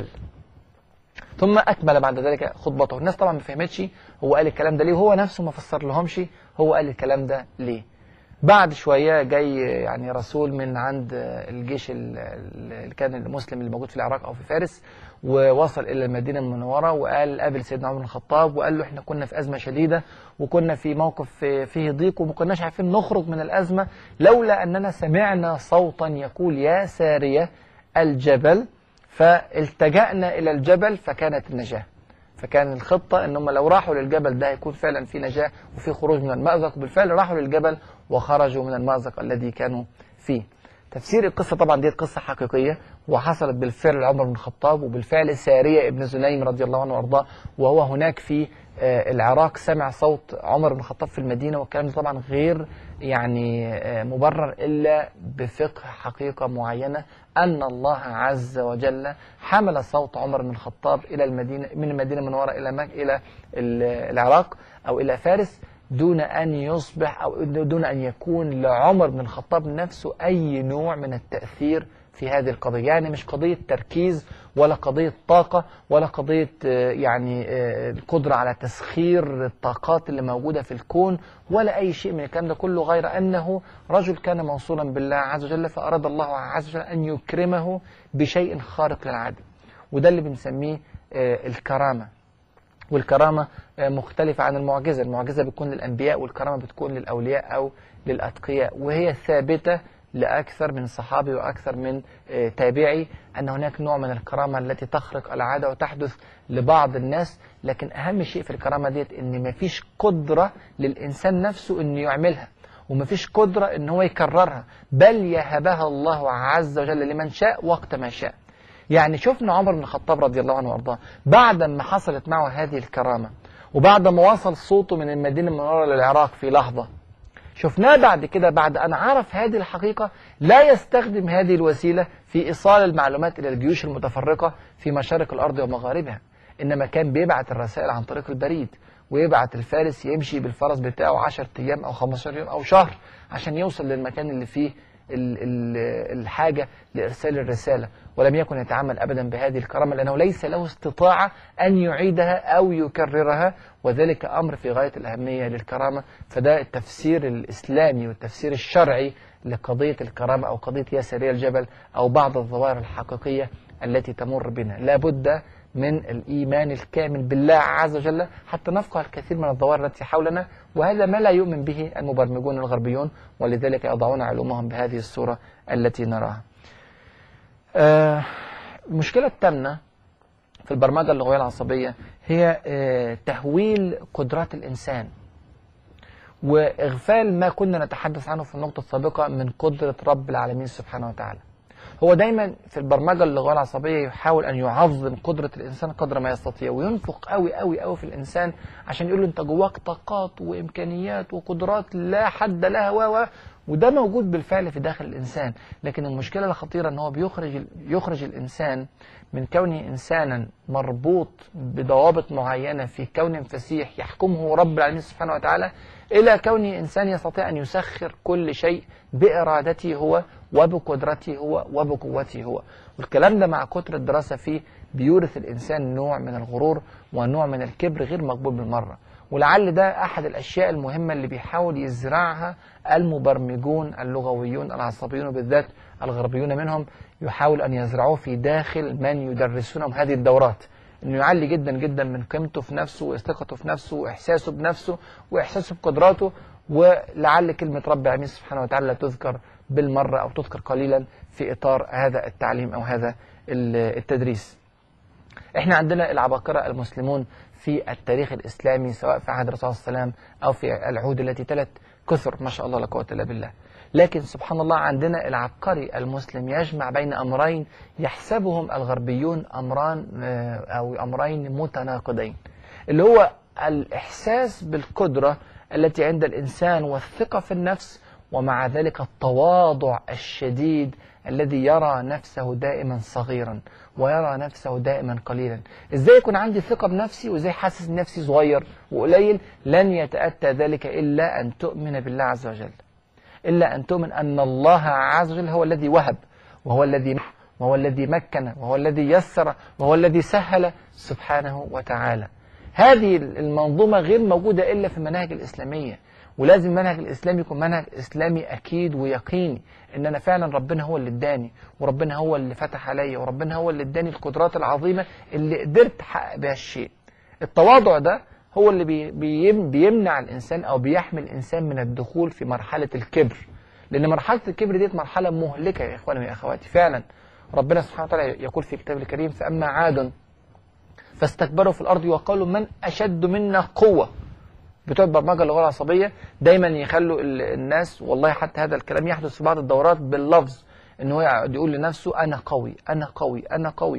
ثم أكمل بعد ذلك خطبته. الناس طبعا ما فهمتش هو قال الكلام ده ليه، وهو نفسه ما فسر لهمش هو قال الكلام ده ليه. بعد شوية جاي يعني رسول من عند الجيش اللي كان المسلم اللي موجود في العراق أو في فارس، ووصل إلى المدينة المنورة وقال قابل سيدنا عمر بن الخطاب وقال له إحنا كنا في أزمة شديدة وكنا في موقف فيه ضيق وما كناش عارفين نخرج من الأزمة لولا أننا سمعنا صوتا يقول يا سارية الجبل، فالتجأنا إلى الجبل فكانت النجاة. فكان الخطة إنهم لو راحوا للجبل ده يكون فعلا في نجاة وفي خروج من المأزق، وبالفعل راحوا للجبل وخرجوا من المأزق الذي كانوا فيه. تفسير القصة طبعا دي قصة حقيقية وحصلت بالفعل لعمر بن الخطاب، وبالفعل سارية ابن زنيم رضي الله عنه وارضاه وهو هناك في العراق سمع صوت عمر بن الخطاب في المدينة. والكلام طبعا غير يعني مبرر إلا بفقه حقيقة معينة أن الله عز وجل حمل صوت عمر بن الخطاب إلى المدينة، من المدينة المنورة إلى العراق أو إلى فارس، دون أن يصبح أو دون أن يكون لعمر بن الخطاب نفسه أي نوع من التأثير في هذه القضية. يعني مش قضية تركيز ولا قضية طاقة ولا قضية يعني القدرة على تسخير الطاقات اللي موجودة في الكون ولا أي شيء من الكلام ده كله، غير أنه رجل كان موصولا بالله عز وجل، فأراد الله عز وجل أن يكرمه بشيء خارق للعادة. وده اللي بنسميه الكرامة. والكرامة مختلفة عن المعجزة. المعجزة بتكون للأنبياء والكرامة بتكون للأولياء أو للأتقياء، وهي ثابتة لأكثر من صحابي وأكثر من تابعي أن هناك نوع من الكرامة التي تخرق العادة وتحدث لبعض الناس. لكن أهم شيء في الكرامة ديت إن مفيش قدرة للإنسان نفسه إنه يعملها، ومفيش قدرة إن هو يكررها، بل يهبها الله عز وجل لمن شاء وقت ما شاء. يعني شفنا عمر بن الخطاب رضي الله عنه وارضاه بعد ما حصلت معه هذه الكرامة وبعد ما وصل صوته من المدينة المنورة للعراق في لحظة، شفناه بعد كده بعد أن عرف هذه الحقيقة لا يستخدم هذه الوسيلة في إيصال المعلومات إلى الجيوش المتفرقة في مشارق الأرض ومغاربها، إنما كان بيبعت الرسائل عن طريق البريد، ويبعت الفارس يمشي بالفرس بتاعه 10 أيام أو 15 يوم أو شهر عشان يوصل للمكان اللي فيه الحاجة لإرسال الرسالة. ولم يكن يتعامل أبدا بهذه الكرامة لأنه ليس له استطاعة أن يعيدها أو يكررها، وذلك أمر في غاية الأهمية للكرامة. فده التفسير الإسلامي والتفسير الشرعي لقضية الكرامة أو قضية يا سارية الجبل أو بعض الظواهر الحقيقية التي تمر بنا. لا بد من الإيمان الكامل بالله عز وجل حتى نفقه الكثير من الظواهر التي حولنا، وهذا ما لا يؤمن به المبرمجون الغربيون، ولذلك يضعون علومهم بهذه الصورة التي نراها. المشكلة الثامنة في البرمجة اللغوية العصبية هي تهويل قدرات الإنسان وإغفال ما كنا نتحدث عنه في النقطة السابقة من قدرة رب العالمين سبحانه وتعالى. هو دايما في البرمجة اللغوية العصبية يحاول أن يعظم قدرة الإنسان قدر ما يستطيع، وينفق قوي قوي قوي في الإنسان عشان يقول له أنت جواك طاقات وإمكانيات وقدرات لا حد لها وده موجود بالفعل في داخل الإنسان. لكن المشكلة الخطيرة أن هو يخرج الإنسان من كونه إنسانا مربوط بضوابط معينة في كون فسيح يحكمه رب العالمين سبحانه وتعالى، إلى كونه إنسان يستطيع أن يسخر كل شيء بإرادته هو وبقدرته هو وبقوته هو. والكلام ده مع كتر الدراسة فيه بيورث الإنسان نوع من الغرور ونوع من الكبر غير مقبول بالمرة. ولعل ده أحد الأشياء المهمة اللي بيحاول يزرعها المبرمجون اللغويون العصبيون وبالذات الغربيون منهم، يحاول أن يزرعوه في داخل من يدرسونهم هذه الدورات، انه يعلي جدا جدا من قيمته في نفسه وثقته في نفسه واحساسه بنفسه واحساسه بقدراته. ولعل كلمه رب العالمين سبحانه وتعالى تذكر بالمره او تذكر قليلا في اطار هذا التعليم او هذا التدريس. احنا عندنا العباقره المسلمون في التاريخ الاسلامي سواء في عهد الرسول صلى الله عليه وسلم او في العهود التي تلت كثر ما شاء الله لا قوه الا بالله. لكن سبحان الله عندنا العبقري المسلم يجمع بين أمرين يحسبهم الغربيون أمرين متناقضين، اللي هو الإحساس بالقدرة التي عند الإنسان والثقة في النفس، ومع ذلك التواضع الشديد الذي يرى نفسه دائما صغيرا ويرى نفسه دائما قليلا. إزاي يكون عندي ثقة بنفسي وإزاي حاسس نفسي صغير وقليل؟ لن يتأتى ذلك إلا أن تؤمن بالله عز وجل، إلا أن تؤمن أن الله عز وجل هو الذي وهب وهو الذي مكن وهو الذي يسر وهو الذي سهل سبحانه وتعالى. هذه المنظومة غير موجودة إلا في المناهج الإسلامية، ولازم المنهج الإسلامي يكون منهج إسلامي أكيد ويقيني إن أنا فعلا ربنا هو اللي اداني، وربنا هو اللي فتح عليا، وربنا هو اللي اداني القدرات العظيمة اللي قدرت أحقق بها الشيء. التواضع ده هو اللي بيمنع الإنسان أو بيحمي الإنسان من الدخول في مرحلة الكبر، لأن مرحلة الكبر دي مرحلة مهلكة يا إخواني يا أخواتي. فعلا ربنا سبحانه وتعالى يقول في كتابه الكريم: فأما عاد فاستكبروا في الأرض وقالوا من أشد منا قوة. بتوع البرمجة اللغوية العصبية دايما يخلوا الناس، والله حتى هذا الكلام يحدث في بعض الدورات باللفظ، ان هو يقول لنفسه انا قوي انا قوي انا قوي،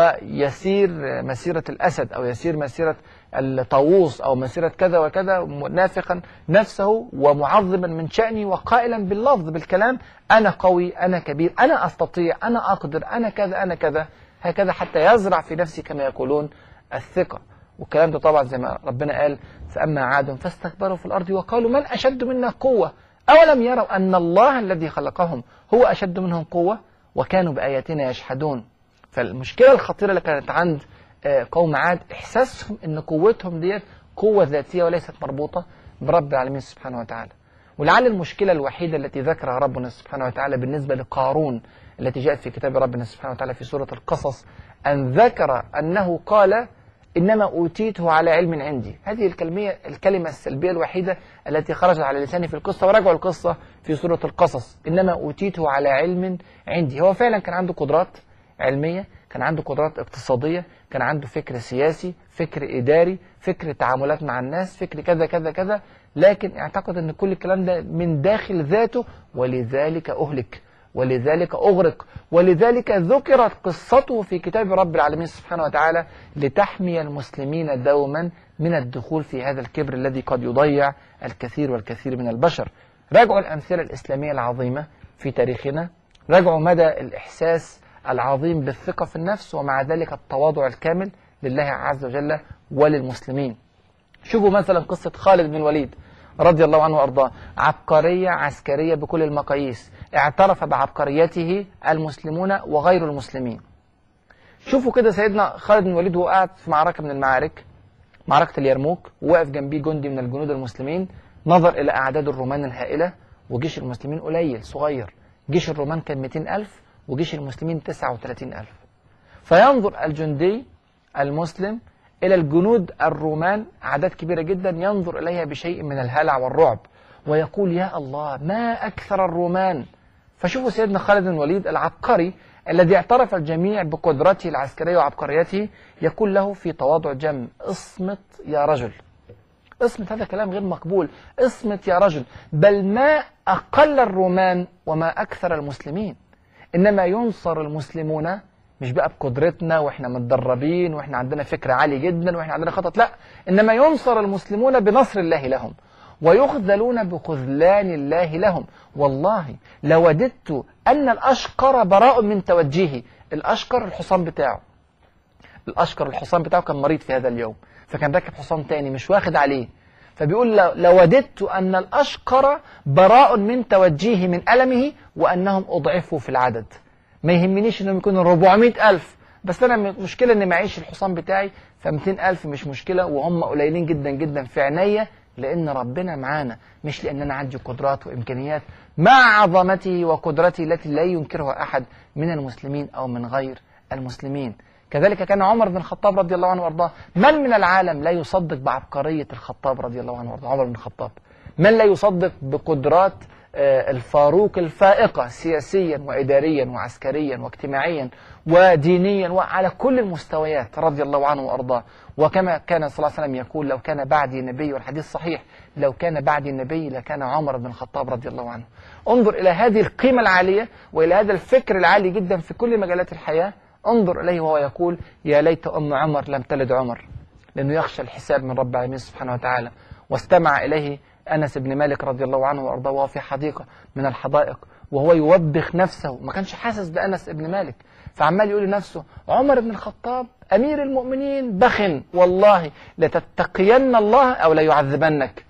ويسير مسيرة الاسد او يسير مسيرة الطاووس او مسيرة كذا وكذا، نافخا نفسه ومعظما من شأنه وقائلا باللفظ بالكلام: انا قوي انا كبير انا استطيع انا اقدر انا كذا انا كذا، هكذا حتى يزرع في نفسه كما يقولون الثقة. والكلام ده طبعا زي ما ربنا قال: فأما عاد فاستكبروا في الأرض وقالوا من أشد منا قوة أولم يروا أن الله الذي خلقهم هو أشد منهم قوة وكانوا بآياتنا يجحدون. فالمشكلة الخطيرة اللي كانت عند قوم عاد إحساسهم أن قوتهم ديت قوة ذاتية وليست مربوطة برب العالمين سبحانه وتعالى. ولعل المشكلة الوحيدة التي ذكرها ربنا سبحانه وتعالى بالنسبة لقارون التي جاءت في كتاب ربنا سبحانه وتعالى في سورة القصص أن ذكر أنه قال: إنما أوتيته على علم عندي. هذه الكلمة السلبية الوحيدة التي خرجت على لساني في القصة، وراجعوا القصة في سورة القصص: إنما أوتيته على علم عندي. هو فعلا كان عنده قدرات علمية، كان عنده قدرات اقتصادية، كان عنده فكر سياسي، فكر إداري، فكر تعاملات مع الناس، فكر كذا كذا كذا، لكن اعتقد أن كل الكلام ده من داخل ذاته، ولذلك أهلك ولذلك أغرق، ولذلك ذكرت قصته في كتاب رب العالمين سبحانه وتعالى لتحمي المسلمين دوما من الدخول في هذا الكبر الذي قد يضيع الكثير والكثير من البشر. راجعوا الأمثلة الإسلامية العظيمة في تاريخنا، راجعوا مدى الإحساس العظيم بالثقة في النفس ومع ذلك التواضع الكامل لله عز وجل وللمسلمين. شوفوا مثلا قصة خالد بن الوليد رضي الله عنه وأرضاه، عبقرية عسكرية بكل المقاييس، اعترف بعبقريته المسلمون وغير المسلمين. شوفوا كده سيدنا خالد بن الوليد وهو قاعد في معركة من المعارك، معركة اليرموك، ووقف جنبيه جندي من الجنود المسلمين، نظر إلى أعداد الرومان الهائلة وجيش المسلمين قليل صغير. جيش الرومان كان 200,000 وجيش المسلمين 39,000. فينظر الجندي المسلم إلى الجنود الرومان أعداد كبيرة جدا، ينظر إليها بشيء من الهلع والرعب ويقول: يا الله ما أكثر الرومان. فشوفوا سيدنا خالد بن الوليد العبقري الذي اعترف الجميع بقدرته العسكرية وعبقريته، يقول له في تواضع جم: اصمت يا رجل. اصمت، هذا كلام غير مقبول. اصمت يا رجل، بل ما أقل الرومان وما أكثر المسلمين. إنما ينصر المسلمون مش بقى بقدرتنا وإحنا متدربين وإحنا عندنا فكر عالي جدا وإحنا عندنا خطط، لا، إنما ينصر المسلمون بنصر الله لهم ويخذلون بخذلان الله لهم. والله لوددت أن الأشقر براء من توجيهي. الأشقر الحصان بتاعه، الأشقر الحصان بتاعه كان مريض في هذا اليوم، فكان راكب حصان تاني مش واخد عليه، فبيقول لوددت أن الأشقر براء من توجيه من ألمه وأنهم أضعفوا في العدد. ما يهمنيش أنهم يكونوا 400,000، بس أنا مشكلة أن معيش الحصان بتاعي، ف200,000 مش مشكلة، وهم قليلين جدا جدا في عينيا، لأن ربنا معانا، مش لأن أنا عندي قدرات وإمكانيات، مع عظمته وقدرته التي لا ينكرها أحد من المسلمين أو من غير المسلمين. كذلك كان عمر بن الخطاب رضي الله عنه وارضاه. من العالم لا يصدق بعبقرية الخطاب رضي الله عنه وارضاه؟ عمر بن الخطاب. من لا يصدق بقدرات الفاروق الفائقة سياسيا وإداريا وعسكريا واجتماعيا ودينيا وعلى كل المستويات رضي الله عنه وارضاه؟ وكما كان صلى الله عليه وسلم يقول: لو كان بعدي نبي، والحديث صحيح، لو كان بعدي نبي لكان عمر بن الخطاب رضي الله عنه. انظر إلى هذه القيمة العالية وإلى هذا الفكر العالي جدا في كل مجالات الحياة. انظر إليه وهو يقول: يا ليت أم عمر لم تلد عمر، لأنه يخشى الحساب من رب العالمين سبحانه وتعالى. واستمع إليه أنس بن مالك رضي الله عنه وأرضاه وهو في حديقة من الحدائق وهو يوبخ نفسه، ما كانش حاسس بأنس بن مالك، فعمال يقول لنفسه: عمر بن الخطاب أمير المؤمنين بخن، والله لتتقين الله أو لا يعذبنك،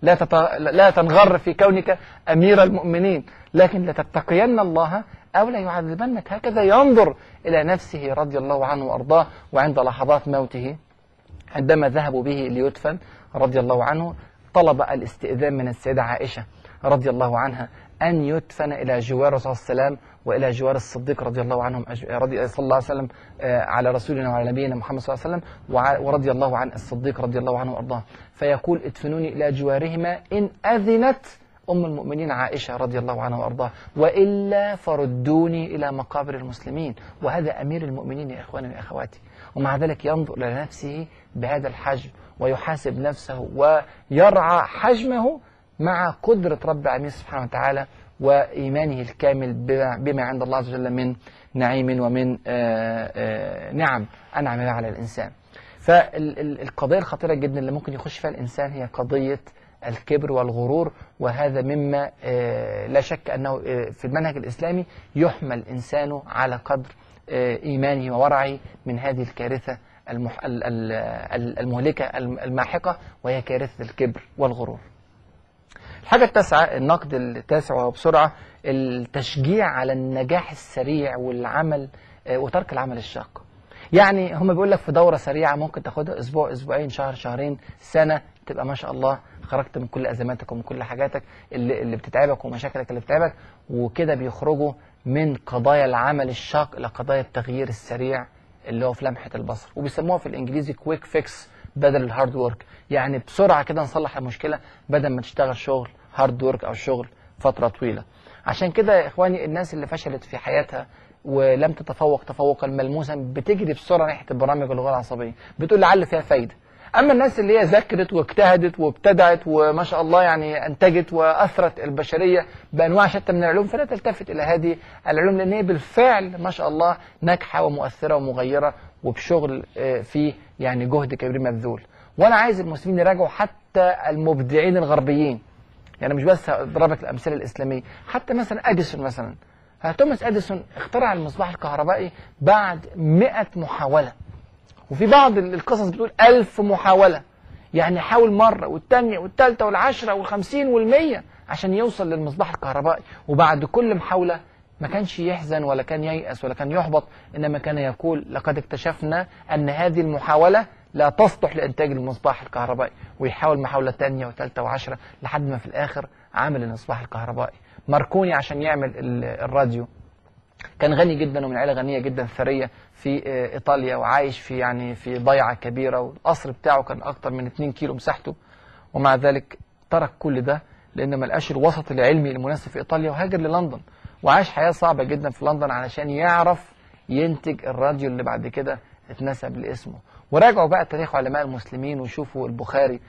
لا تنغر في كونك أمير المؤمنين، لكن لتتقين الله أو لا يعذبنك. هكذا ينظر إلى نفسه رضي الله عنه وأرضاه. وعند لحظات موته عندما ذهبوا به ليدفن رضي الله عنه، طلب الاستئذان من السيدة عائشة رضي الله عنها أن يدفن إلى جوار رسول الله السلام وإلى جوار الصديق رضي الله عنهم صلى الله عليه وسلم على رسولنا وعلى نبينا محمد صلى الله عليه وسلم، ورضي الله عن الصديق رضي الله عنه وأرضاه. فيقول: ادفنوني إلى جوارهما إن أذنت أم المؤمنين عائشة رضي الله عنها وأرضاها، وإلا فردوني إلى مقابر المسلمين. وهذا أمير المؤمنين يا إخواني وأخواتي، ومع ذلك ينظر إلى نفسه بهذا الحجم ويحاسب نفسه ويرعى حجمه مع قدرة رب العالمين سبحانه وتعالى وإيمانه الكامل بما عند الله عز وجل من نعيم ومن نعم أنعم بها على الإنسان. فالقضية الخطيرة جدا اللي ممكن يخش فيها الإنسان هي قضية الكبر والغرور، وهذا مما لا شك أنه في المنهج الإسلامي يحمل الإنسان على قدر إيمانه وورعه من هذه الكارثة المهلكة الماحقة، وهي كارثة الكبر والغرور. الحاجة التاسعة، النقد التاسع وهو بسرعة: التشجيع على النجاح السريع والعمل وترك العمل الشاق. يعني هم بيقول لك في دورة سريعة ممكن تاخدها أسبوع، أسبوعين، شهر، شهرين، سنة، تبقى ما شاء الله خرجت من كل أزماتك ومن كل حاجاتك اللي بتتعبك ومشاكلك اللي بتتعبك، وكده بيخرجوا من قضايا العمل الشاق إلى قضايا التغيير السريع اللي هو في لمحة البصر، وبيسموها في الإنجليزي كويك فيكس بدل الهارد وورك. يعني بسرعة كده نصلح المشكلة بدل ما تشتغل شغل هارد وورك أو شغل فترة طويلة. عشان كده يا إخواني الناس اللي فشلت في حياتها ولم تتفوق تفوقا ملموسا بتجري بسرعة ناحية البرامج اللغوية العصبية، بتقول لعل فيها فايدة. أما الناس اللي هي ذاكرت واجتهدت وابتدعت وما شاء الله يعني أنتجت وأثرت البشرية بأنواع شتى من العلوم، فلا تلتفت إلى هذه العلوم، لأن هي بالفعل ما شاء الله ناجحة ومؤثرة ومغيرة وبشغل فيه يعني جهد كبير مبذول. وأنا عايز المسلمين يراجعوا حتى المبدعين الغربيين، يعني مش بس ضربت الأمثلة الإسلامية، حتى مثلا أديسون مثلا. توماس أديسون اخترع المصباح الكهربائي بعد 100 محاولة، وفي بعض القصص بتقول 1000 محاولة. يعني حاول مرة والثانية والثالثة والعشرة والخمسين والمية عشان يوصل للمصباح الكهربائي، وبعد كل محاولة ما كانش يحزن ولا كان ييأس ولا كان يحبط، إنما كان يقول: لقد اكتشفنا أن هذه المحاولة لا تصلح لإنتاج المصباح الكهربائي، ويحاول محاولة ثانية وثالثة وعشرة لحد ما في الآخر عمل المصباح الكهربائي. ماركوني عشان يعمل الراديو كان غني جدا ومن عائلة غنية جدا ثرية في إيطاليا، وعايش في ضيعة كبيرة، والقصر بتاعه كان أكتر من 2 كيلو مساحته، ومع ذلك ترك كل ده لأنه ما لقاش الوسط العلمي المناسب في إيطاليا وهاجر للندن، وعاش حياة صعبة جدا في لندن علشان يعرف ينتج الراديو اللي بعد كده اتنسب لاسمه. وراجعوا بقى تاريخ علماء المسلمين وشوفوا البخاري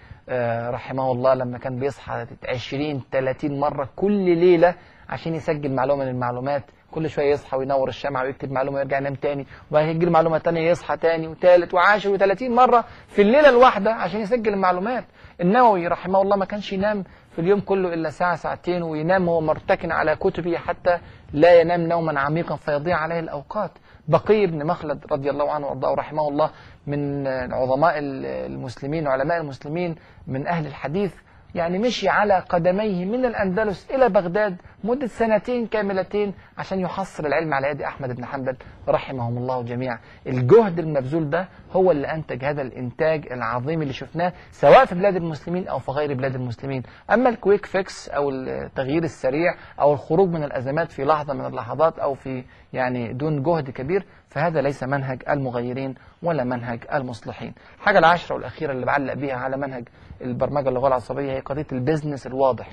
رحمه الله لما كان بيصحى 20-30 مرة كل ليلة عشان يسجل معلومة من المعلومات كل شويه يصحى وينور الشمعة ويكتب معلومه ويرجع ينام تاني، وبعد كده تجي له معلومه تانيه يصحى تاني وثالث وعاشر و30 مره في الليله الواحده عشان يسجل المعلومات. النووي رحمه الله ما كانش ينام في اليوم كله الا ساعه ساعتين، وينام وهو مرتكن على كتبه حتى لا ينام نوما عميقا فيضيع عليه الاوقات. بقي بن مخلد رضي الله عنه وارضاه رحمه الله من عظماء المسلمين وعلماء المسلمين من اهل الحديث، يعني مشي على قدميه من الأندلس إلى بغداد مدة 2 كاملتين عشان يحصل العلم على يد أحمد بن حنبل رحمهم الله جميعا. الجهد المبذول ده هو اللي أنتج هذا الإنتاج العظيم اللي شفناه سواء في بلاد المسلمين أو في غير بلاد المسلمين. أما الكويك فيكس أو التغيير السريع أو الخروج من الأزمات في لحظة من اللحظات أو في يعني دون جهد كبير، فهذا ليس منهج المغيرين ولا منهج المصلحين. الحاجة العاشرة والأخيرة اللي بعلق بيها على منهج البرمجة اللغوية العصبية هي قضية البيزنس الواضح.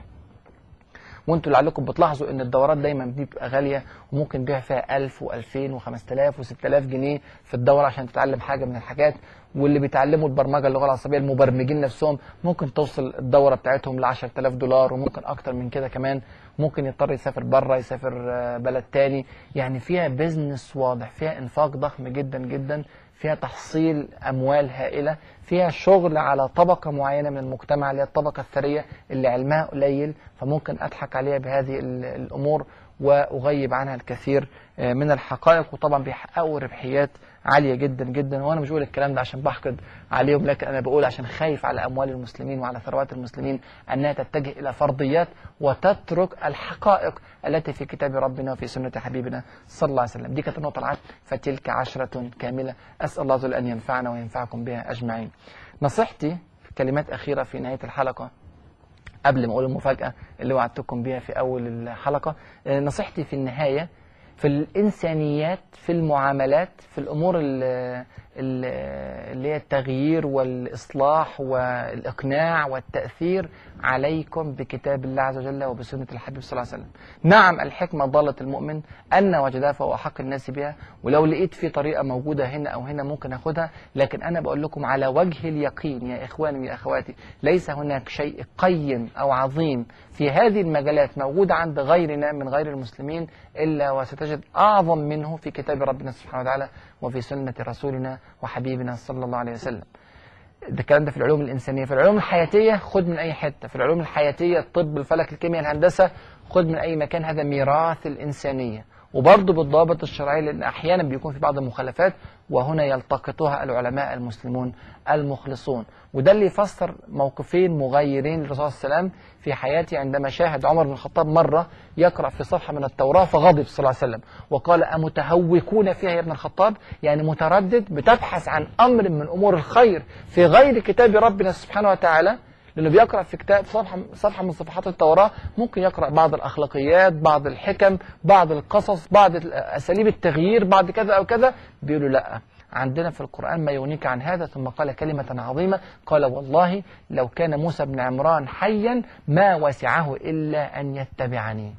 وانتوا لعلكم بتلاحظوا ان الدورات دايما بتبقى غالية وممكن بيع فيها 1000 و2000 و5000 و6000 جنيه في الدورة عشان تتعلم حاجة من الحاجات. واللي بيتعلموا البرمجة اللغوية العصبية المبرمجين نفسهم ممكن توصل الدورة بتاعتهم ل 10000 دولار وممكن اكتر من كده كمان. ممكن يضطر يسافر بره، يسافر بلد تاني. يعني فيها بيزنس واضح، فيها انفاق ضخم جدا جدا، فيها تحصيل أموال هائلة، فيها شغل على طبقة معينة من المجتمع اللي هي الطبقة الثرية اللي علمها قليل، فممكن أضحك عليها بهذه الأمور وأغيب عنها الكثير من الحقائق. وطبعا بيحققوا ربحيات عالية جدا جدا. وأنا مش بقول الكلام ده عشان بحقد عليهم، لكن أنا بقول عشان خايف على أموال المسلمين وعلى ثروات المسلمين أنها تتجه إلى فرضيات وتترك الحقائق التي في كتاب ربنا وفي سنة حبيبنا صلى الله عليه وسلم. دي كانت النقطة العاشرة، فتلك 10 كاملة. أسأل الله عز وجل أن ينفعنا وينفعكم بها أجمعين. نصيحتي كلمات أخيرة في نهاية الحلقة قبل ما أقول المفاجأة اللي وعدتكم بها في أول الحلقة. نصيحتي في النهاية في الإنسانيات، في المعاملات، في الأمور اللي هي التغيير والإصلاح والإقناع والتأثير، عليكم بكتاب الله عز وجل وبسنة الحبيب صلى الله عليه وسلم. نعم الحكمة ضالة المؤمن، أن وجدها فهو أحق الناس بها، ولو لقيت في طريقة موجودة هنا أو هنا ممكن أخدها، لكن أنا بقول لكم على وجه اليقين يا إخواني ويا أخواتي، ليس هناك شيء قيم أو عظيم في هذه المجالات موجودة عند غيرنا من غير المسلمين إلا وستجد أعظم منه في كتاب ربنا سبحانه وتعالى وفي سنة رسولنا وحبيبنا صلى الله عليه وسلم. ده الكلام ده في العلوم الإنسانية. في العلوم الحياتية خد من أي حتة. في العلوم الحياتية الطب، الفلك، الكيمياء، الهندسة، خد من أي مكان. هذا ميراث الإنسانية، وبرضه بالضوابط الشرعية، لأن أحيانا بيكون في بعض المخالفات وهنا يلتقطها العلماء المسلمون المخلصون. وده اللي يفسر موقفين مغيرين للرسول صلى الله عليه وسلم في حياته، عندما شاهد عمر بن الخطاب مرة يقرأ في صفحة من التوراة فغضب صلى الله عليه وسلم وقال: أمتهوكون فيها يا ابن الخطاب؟ يعني متردد، بتبحث عن أمر من أمور الخير في غير كتاب ربنا سبحانه وتعالى. لأنه بيقرأ في كتاب صفحة من صفحات التوراة، ممكن يقرأ بعض الأخلاقيات، بعض الحكم، بعض القصص، بعض أساليب التغيير، بعض كذا أو كذا. بيقولوا لا، عندنا في القرآن ما يغنيك عن هذا. ثم قال كلمة عظيمة، قال: والله لو كان موسى بن عمران حيا ما وسعه إلا أن يتبعني.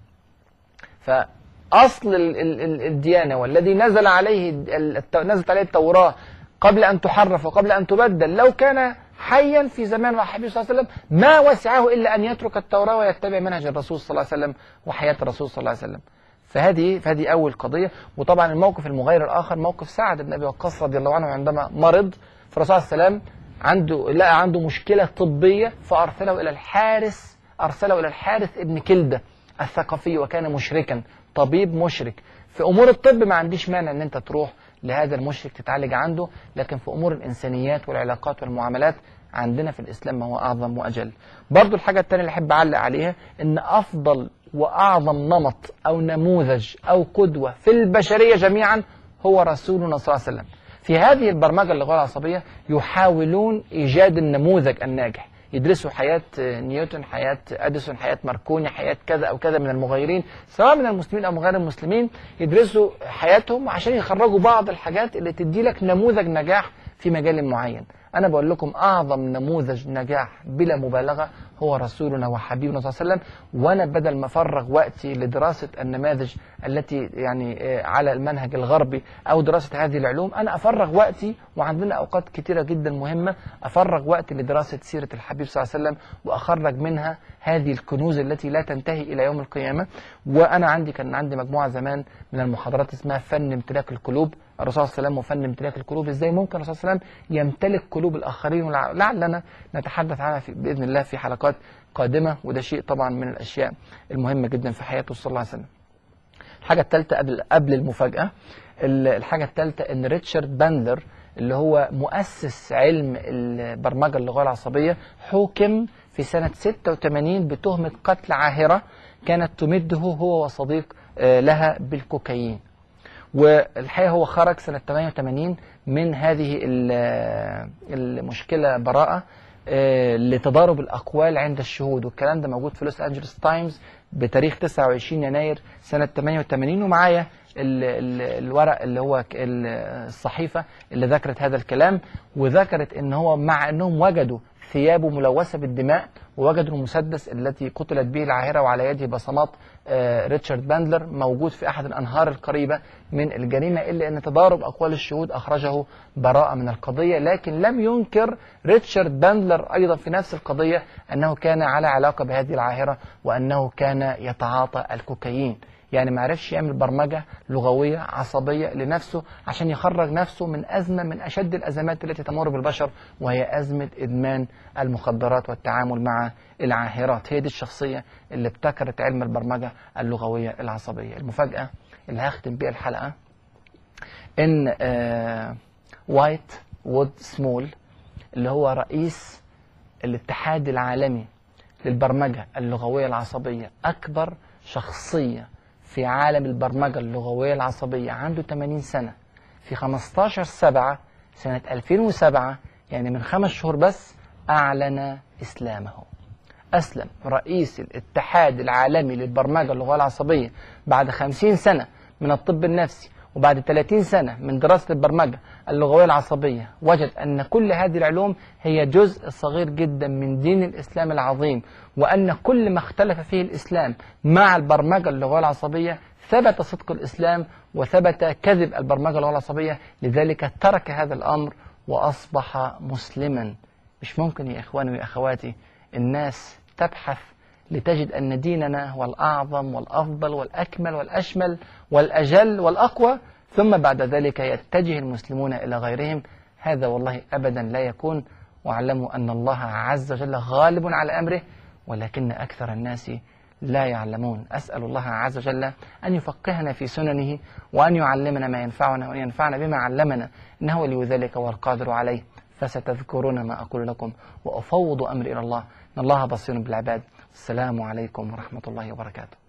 فأصل الديانة والذي نزلت عليه التوراة قبل أن تحرف وقبل أن تبدل، لو كان حيا في زمان الحبيب صلى الله عليه وسلم ما وسعه إلا أن يترك التوراة ويتبع منهج الرسول صلى الله عليه وسلم وحياة الرسول صلى الله عليه وسلم. فهذه أول قضية. وطبعا الموقف المغاير الآخر موقف سعد بن أبي وقاص رضي الله عنه عندما مرض، فالرسول صلى الله عليه وسلم لقى عنده مشكلة طبية، فأرسله إلى الحارث ابن كلدة الثقفي، وكان مشركا، طبيب مشرك. في أمور الطب ما عنديش مانع أن أنت تروح لهذا المشرك تتعالج عنده، لكن في أمور الإنسانيات والعلاقات والمعاملات عندنا في الإسلام ما هو أعظم وأجل. برضو الحاجة الثانية اللي أحب أعلق عليها، إن أفضل وأعظم نمط أو نموذج أو قدوة في البشرية جميعا هو رسولنا صلى الله عليه وسلم. في هذه البرمجة اللغوية العصبية يحاولون إيجاد النموذج الناجح، يدرسوا حياة نيوتن، حياة أديسون، حياة ماركوني، حياة كذا أو كذا من المغيرين سواء من المسلمين أو من غير المسلمين، يدرسوا حياتهم عشان يخرجوا بعض الحاجات اللي تدي لك نموذج نجاح في مجال معين. أنا بقول لكم أعظم نموذج نجاح بلا مبالغة هو رسولنا وحبيبنا صلى الله عليه وسلم. وأنا بدل ما أفرغ وقتي لدراسة النماذج التي يعني على المنهج الغربي أو دراسة هذه العلوم، أنا أفرغ وقتي، وعندنا أوقات كتيرة جدا مهمة، أفرغ وقتي لدراسة سيرة الحبيب صلى الله عليه وسلم وأخرج منها هذه الكنوز التي لا تنتهي إلى يوم القيامة. وأنا كان عندي مجموعة زمان من المحاضرات اسمها فن امتلاك القلوب، الرسول صلى الله عليه وسلم وفن امتلاك القلوب، ازاي ممكن الرسول صلى الله عليه وسلم يمتلك قلوب الآخرين، ولعلنا نتحدث عنها بإذن الله في حلقات قادمة، وده شيء طبعا من الأشياء المهمة جدا في حياته صلى الله عليه وسلم. الحاجة الثالثة قبل المفاجأة، الحاجة الثالثة إن ريتشارد باندلر اللي هو مؤسس علم البرمجة اللغوية العصبية حُكم في سنة 86 بتهمة قتل عاهرة كانت تمده هو وصديق لها بالكوكايين. والحقيقة هو خرج سنة 88 من هذه المشكلة براءة لتضارب الأقوال عند الشهود، والكلام ده موجود في لوس أنجلوس تايمز بتاريخ 29 يناير سنة 88. ومعايا الورق اللي هو الصحيفة اللي ذكرت هذا الكلام، وذكرت ان هو مع انهم وجدوا ثيابه ملوثة بالدماء، ووجدوا المسدس التي قتلت به العاهرة وعلى يده بصمات ريتشارد باندلر موجود في أحد الأنهار القريبة من الجريمة، إلا أن تضارب أقوال الشهود أخرجه براءة من القضية. لكن لم ينكر ريتشارد باندلر أيضا في نفس القضية أنه كان على علاقة بهذه العاهرة وأنه كان يتعاطى الكوكايين. يعني ما عرفش يعمل برمجة لغوية عصبية لنفسه عشان يخرج نفسه من أزمة من أشد الأزمات التي تمر بالبشر، وهي أزمة إدمان المخدرات والتعامل مع العاهرات. هي دي الشخصية اللي ابتكرت علم البرمجة اللغوية العصبية. المفاجأة اللي هختم بيها الحلقة إن وايت وود سمول اللي هو رئيس الاتحاد العالمي للبرمجة اللغوية العصبية، أكبر شخصية في عالم البرمجة اللغوية العصبية، عنده 80 سنة، في 15/7 سنة 2007 يعني من 5 شهور بس أعلن إسلامه. أسلم رئيس الاتحاد العالمي للبرمجة اللغوية العصبية بعد 50 سنة من الطب النفسي وبعد 30 سنة من دراسة البرمجة اللغوية العصبية، وجد أن كل هذه العلوم هي جزء صغير جدا من دين الإسلام العظيم، وأن كل ما اختلف فيه الإسلام مع البرمجة اللغوية العصبية ثبت صدق الإسلام وثبت كذب البرمجة اللغوية العصبية، لذلك ترك هذا الأمر وأصبح مسلما. مش ممكن يا إخواني وأخواتي الناس تبحث لتجد أن ديننا هو الأعظم والأفضل والأكمل والأشمل والأجل والأقوى، ثم بعد ذلك يتجه المسلمون إلى غيرهم. هذا والله أبدا لا يكون. واعلموا أن الله عز وجل غالب على أمره ولكن أكثر الناس لا يعلمون. أسأل الله عز وجل أن يفقهنا في سننه وأن يعلمنا ما ينفعنا وأن ينفعنا بما علمنا، إنه ولي ذلك والقادر عليه. فستذكرون ما أقول لكم وأفوض أمري إلى الله، إن الله بصير بالعباد. السلام عليكم ورحمة الله وبركاته.